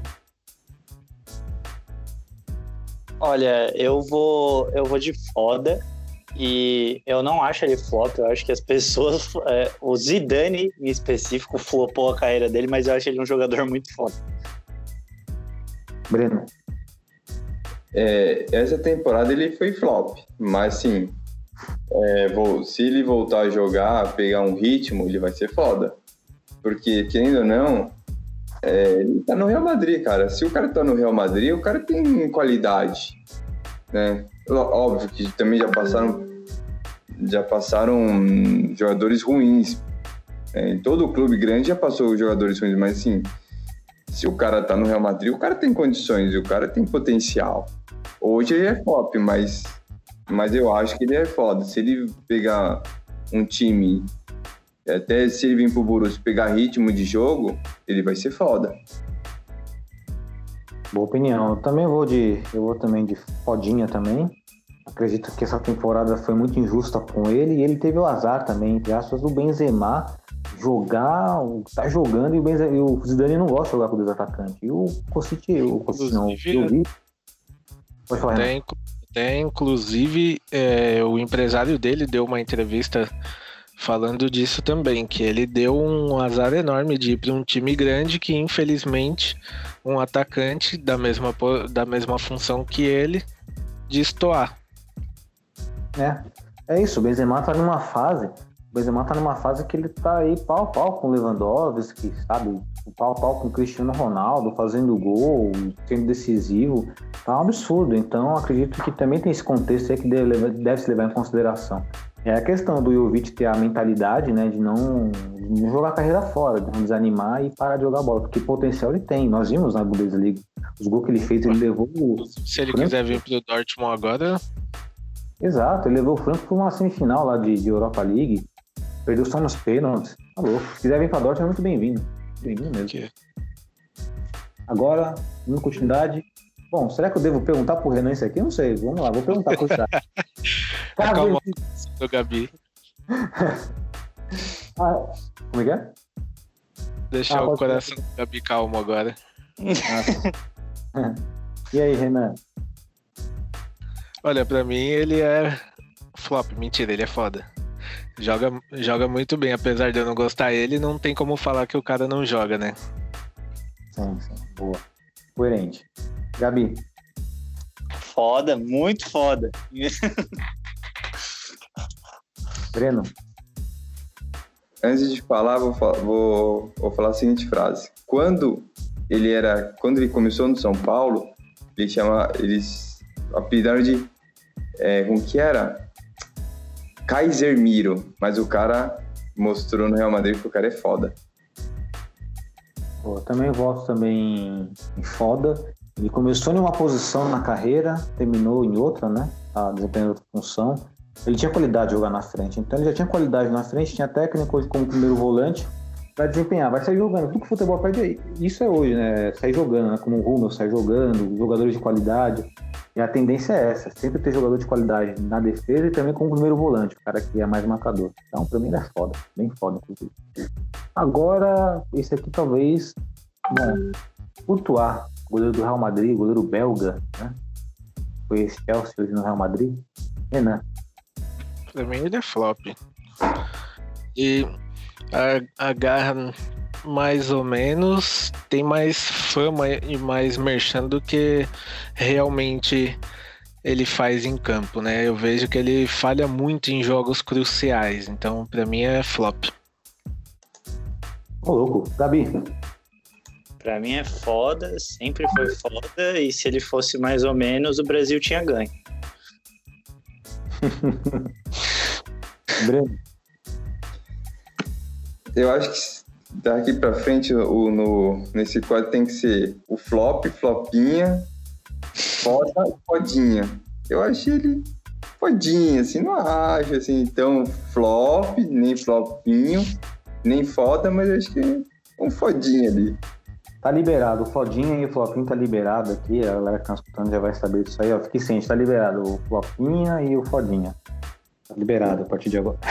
S5: Olha, eu vou de foda e eu não acho ele flop, eu acho que as pessoas, o Zidane em específico flopou a carreira dele, mas eu acho ele um jogador muito foda.
S1: Breno.
S6: Essa temporada ele foi flop, mas sim, se ele voltar a jogar, pegar um ritmo, ele vai ser foda. Porque, querendo ou não, ele tá no Real Madrid, cara. Se o cara tá no Real Madrid, o cara tem qualidade, né? Óbvio que também já passaram jogadores ruins. Em todo clube grande já passou jogadores ruins, mas assim, Se o cara tá no Real Madrid, o cara tem condições, o cara tem potencial. Hoje ele é flop, mas eu acho que ele é foda. Se ele pegar um time, até se ele vir pro Borussia pegar ritmo de jogo, ele vai ser foda.
S1: Boa opinião. Eu vou também de fodinha também. Acredito que essa temporada foi muito injusta com ele e ele teve o azar também, entre aspas, do Benzema tá jogando e o Zidane não gosta de jogar com dois atacantes. E o Kostic, pode falar,
S4: inclusive, o empresário dele deu uma entrevista falando disso também, que ele deu um azar enorme de ir para um time grande que, infelizmente, um atacante da mesma função que ele, de estoar.
S1: É isso, o Benzema tá numa fase que ele tá aí pau a pau com o Lewandowski, sabe? Pau a pau com o Cristiano Ronaldo, fazendo gol, sendo decisivo. Tá um absurdo. Então, acredito que também tem esse contexto aí que deve se levar em consideração. É a questão do Jovic ter a mentalidade, né, de não jogar a carreira fora, de não desanimar e parar de jogar bola, porque potencial ele tem. Nós vimos na Bundesliga. Os gols que ele fez, ele levou...
S4: Se ele quiser vir pro Dortmund agora...
S1: Exato, ele levou o Frankfurt para uma semifinal lá de Europa League. Perdeu só nos pênaltis. Tá louco. Se quiser vir pra Dortmund, é muito bem-vindo. Bem-vindo mesmo.
S4: Que?
S1: Agora, dando continuidade. Bom, será que eu devo perguntar pro Renan isso aqui? Eu não sei. Vamos lá, vou perguntar pro chat.
S4: Calma do Gabi.
S1: Como é que é?
S4: Deixar o coração do Gabi calmo agora.
S1: E aí, Renan?
S4: Olha, pra mim ele é flop. Mentira, ele é foda. Joga muito bem, apesar de eu não gostar dele, não tem como falar que o cara não joga, né?
S1: Sim, boa. Coerente. Gabi.
S5: Foda, muito foda.
S1: Breno.
S6: Antes de falar, vou falar a seguinte frase. Quando ele começou no São Paulo, eles apelidaram de como que era? Casemiro, mas o cara mostrou no Real Madrid que o cara é foda.
S1: Eu também voto também em foda. Ele começou em uma posição na carreira, terminou em outra, né? Tá desempenhando outra função. Ele tinha qualidade de jogar na frente, então ele já tinha qualidade na frente, tinha técnico hoje como primeiro volante para desempenhar, vai sair jogando. Tudo que o futebol pede aí. Isso é hoje, né? Sair jogando, né? Como o Rummel sai jogando, jogadores de qualidade. E a tendência é essa, sempre ter jogador de qualidade na defesa e também como primeiro volante, o cara que é mais marcador. Então, pra mim, ele é foda, bem foda, inclusive. Agora, esse aqui talvez, Courtois, goleiro do Real Madrid, goleiro belga, né? Foi esse Chelsea hoje no Real Madrid. Renan.
S4: Pra mim, ele é flop. E a Garra, mais ou menos, tem mais fama e mais merchan do que realmente ele faz em campo, né? Eu vejo que ele falha muito em jogos cruciais, então pra mim é flop.
S1: Ô, louco. Gabi.
S5: Pra mim é foda, sempre foi foda, e se ele fosse mais ou menos, o Brasil tinha ganho.
S1: Breno.
S6: Eu acho que daqui pra frente, nesse quadro tem que ser o flop, flopinha, foda, fodinha. Eu achei ele fodinha, assim, não acho, assim, tão flop, nem flopinho, nem foda, mas acho que é um fodinha ali.
S1: Tá liberado, o fodinha e o flopinho tá liberado aqui, a galera que tá escutando já vai saber disso aí, ó, fique ciente, tá liberado o flopinha e o fodinha. Tá liberado a partir de agora.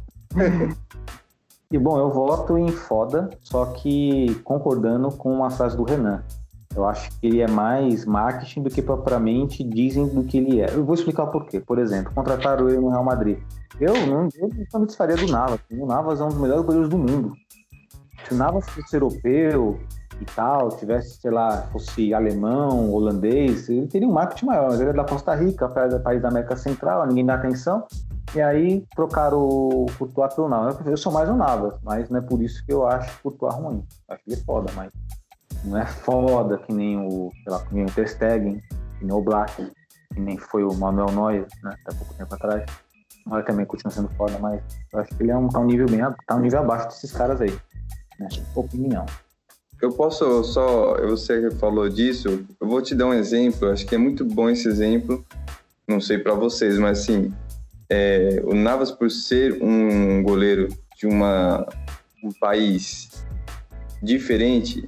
S1: E bom, eu voto em foda, só que concordando com a frase do Renan. Eu acho que ele é mais marketing do que propriamente dizem do que ele é. Eu vou explicar por quê. Por exemplo, contrataram ele no Real Madrid. Eu não me desfaria do Navas. O Navas é um dos melhores goleiros do mundo. Se o Navas fosse europeu e tal, tivesse, sei lá, fosse alemão, holandês, ele teria um marketing maior. Mas ele é da Costa Rica, país da América Central, ninguém dá atenção. E aí trocaram o Courtois pelo Navas. Eu sou mais o Navas, mas não é por isso que eu acho o Courtois ruim. Acho que ele é foda, mas não é foda que nem o Ter Stegen, que nem o Black, que nem foi o Manuel Neuer, né, há pouco tempo atrás. O Neuer também continua sendo foda, mas eu acho que ele tá um nível abaixo desses caras aí, né? Opinião.
S6: eu posso só... Você falou disso, eu vou te dar um exemplo. Acho que é muito bom esse exemplo. Não sei para vocês, mas assim... o Navas, por ser um goleiro de um país diferente,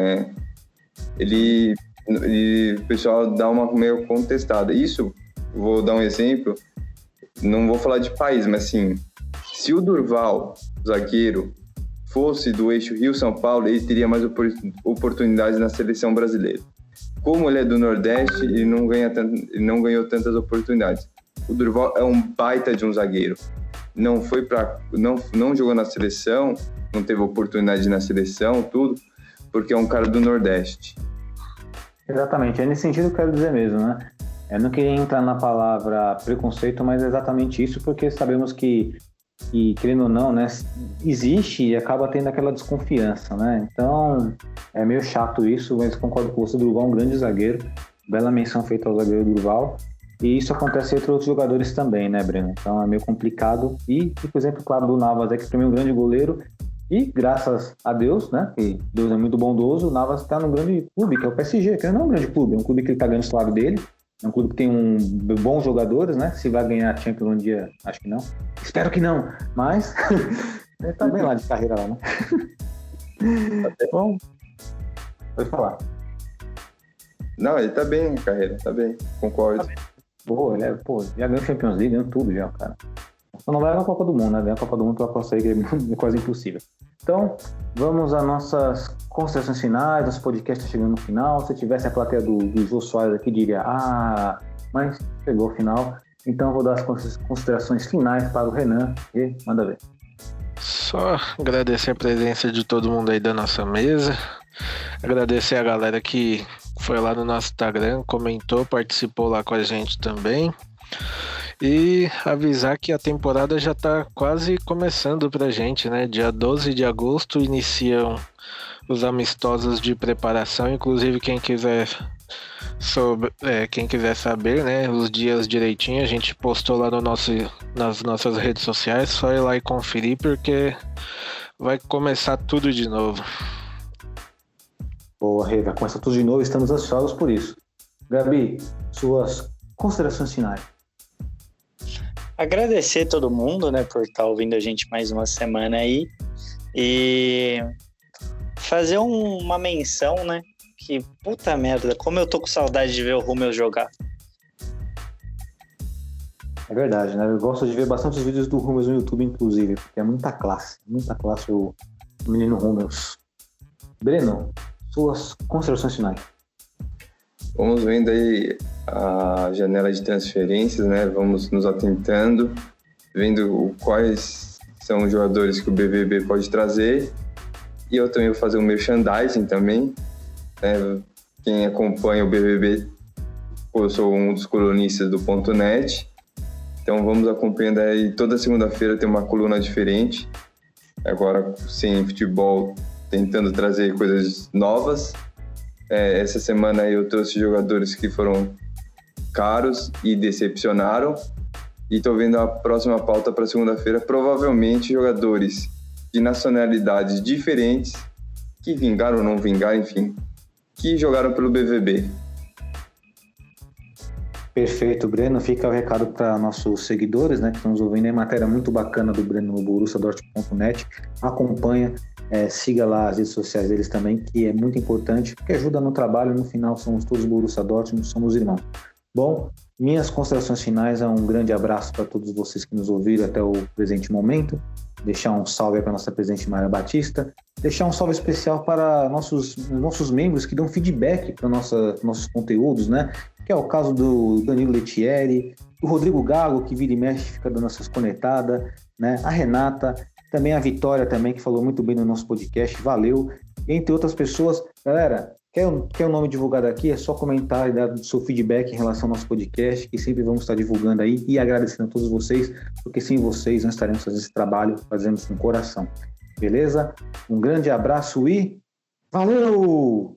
S6: o pessoal dá uma meio contestada. Isso, vou dar um exemplo, não vou falar de país, mas assim, se o Durval, zagueiro, fosse do eixo Rio-São Paulo, ele teria mais oportunidades na seleção brasileira. Como ele é do Nordeste, ele não ganhou tantas oportunidades. O Durval é um baita de um zagueiro. Não jogou na seleção, não teve oportunidade na seleção, tudo, porque é um cara do Nordeste.
S1: Exatamente, é nesse sentido que eu quero dizer mesmo, né? Eu não queria entrar na palavra preconceito, mas é exatamente isso, porque sabemos que querendo ou não, né, existe e acaba tendo aquela desconfiança, né? Então, é meio chato isso, mas concordo com você, o Durval é um grande zagueiro, bela menção feita ao zagueiro Durval, e isso acontece entre outros jogadores também, né, Breno? Então é meio complicado, e por exemplo, claro, do Navas, que para mim é um grande goleiro, e graças a Deus, né, que Deus é muito bondoso, o Navas está num grande clube, que é o PSG, que não é um grande clube, é um clube que ele está ganhando o salário dele, é um clube que tem bons jogadores, né, se vai ganhar a Champions um dia, acho que não, espero que não, mas ele tá bem lá de carreira lá, né. Bom, pode falar.
S6: Não, ele tá bem na carreira, tá bem, concordo. Tá bem.
S1: Já ganhou Champions League, ganhou tudo já, cara. Só não vai na Copa do Mundo, né? Ganhar a Copa do Mundo para conseguir é quase impossível. Então, vamos às nossas considerações finais. Nosso podcast está chegando no final. Se tivesse a plateia do Jô Soares aqui, diria, mas chegou o final. Então, eu vou dar as considerações finais para o Renan. E manda ver.
S4: Só agradecer a presença de todo mundo aí da nossa mesa. Agradecer a galera que foi lá no nosso Instagram, comentou, participou lá com a gente também. E avisar que a temporada já está quase começando pra gente, né? Dia 12 de agosto iniciam os amistosos de preparação. Inclusive, quem quiser saber, né, os dias direitinho, a gente postou lá nas nossas redes sociais. Só ir lá e conferir, porque vai começar tudo de novo.
S1: Boa, Rê, vai começar tudo de novo. Estamos ansiosos por isso. Gabi, suas considerações finais.
S5: Agradecer todo mundo, né, por estar ouvindo a gente mais uma semana aí e fazer uma menção, né, que puta merda, como eu tô com saudade de ver o Rúmeus jogar.
S1: É verdade, né, eu gosto de ver bastante os vídeos do Rúmeus no YouTube, inclusive, porque é muita classe o menino Rúmeus. Breno, suas considerações finais.
S6: Vamos vendo aí a janela de transferências, né? Vamos nos atentando, vendo quais são os jogadores que o BVB pode trazer. E eu também vou fazer um merchandising também, né? Quem acompanha o BVB, eu sou um dos colunistas do .net. Então vamos acompanhando aí. Toda segunda-feira tem uma coluna diferente. Agora, sem futebol, tentando trazer coisas novas. Essa semana aí eu trouxe jogadores que foram caros e decepcionaram, e estou vendo a próxima pauta para segunda-feira, provavelmente jogadores de nacionalidades diferentes que vingaram ou não vingaram, enfim, que jogaram pelo BVB.
S1: Perfeito, Breno. Fica o recado para nossos seguidores, né, que estão nos ouvindo. É matéria muito bacana do Breno no BorussiaDortmund.net. Acompanha. Siga lá as redes sociais deles também, que é muito importante, porque ajuda no trabalho. No final somos todos Borussia Dortmund, somos irmãos. Bom, minhas considerações finais, um grande abraço para todos vocês que nos ouviram até o presente momento. Deixar um salve para a nossa presidente Mayra Batista, deixar um salve especial para nossos membros que dão feedback para nossos conteúdos, né? Que é o caso do Danilo Lettieri, do Rodrigo Gago, que vira e mexe, fica dando essas conectadas, né? A Renata, também a Vitória, também, que falou muito bem no nosso podcast, valeu. Entre outras pessoas, galera, quer o nome divulgado aqui? É só comentar e dar o seu feedback em relação ao nosso podcast, que sempre vamos estar divulgando aí, e agradecendo a todos vocês, porque sem vocês não estaremos fazendo esse trabalho, fazemos com coração. Beleza? Um grande abraço e valeu!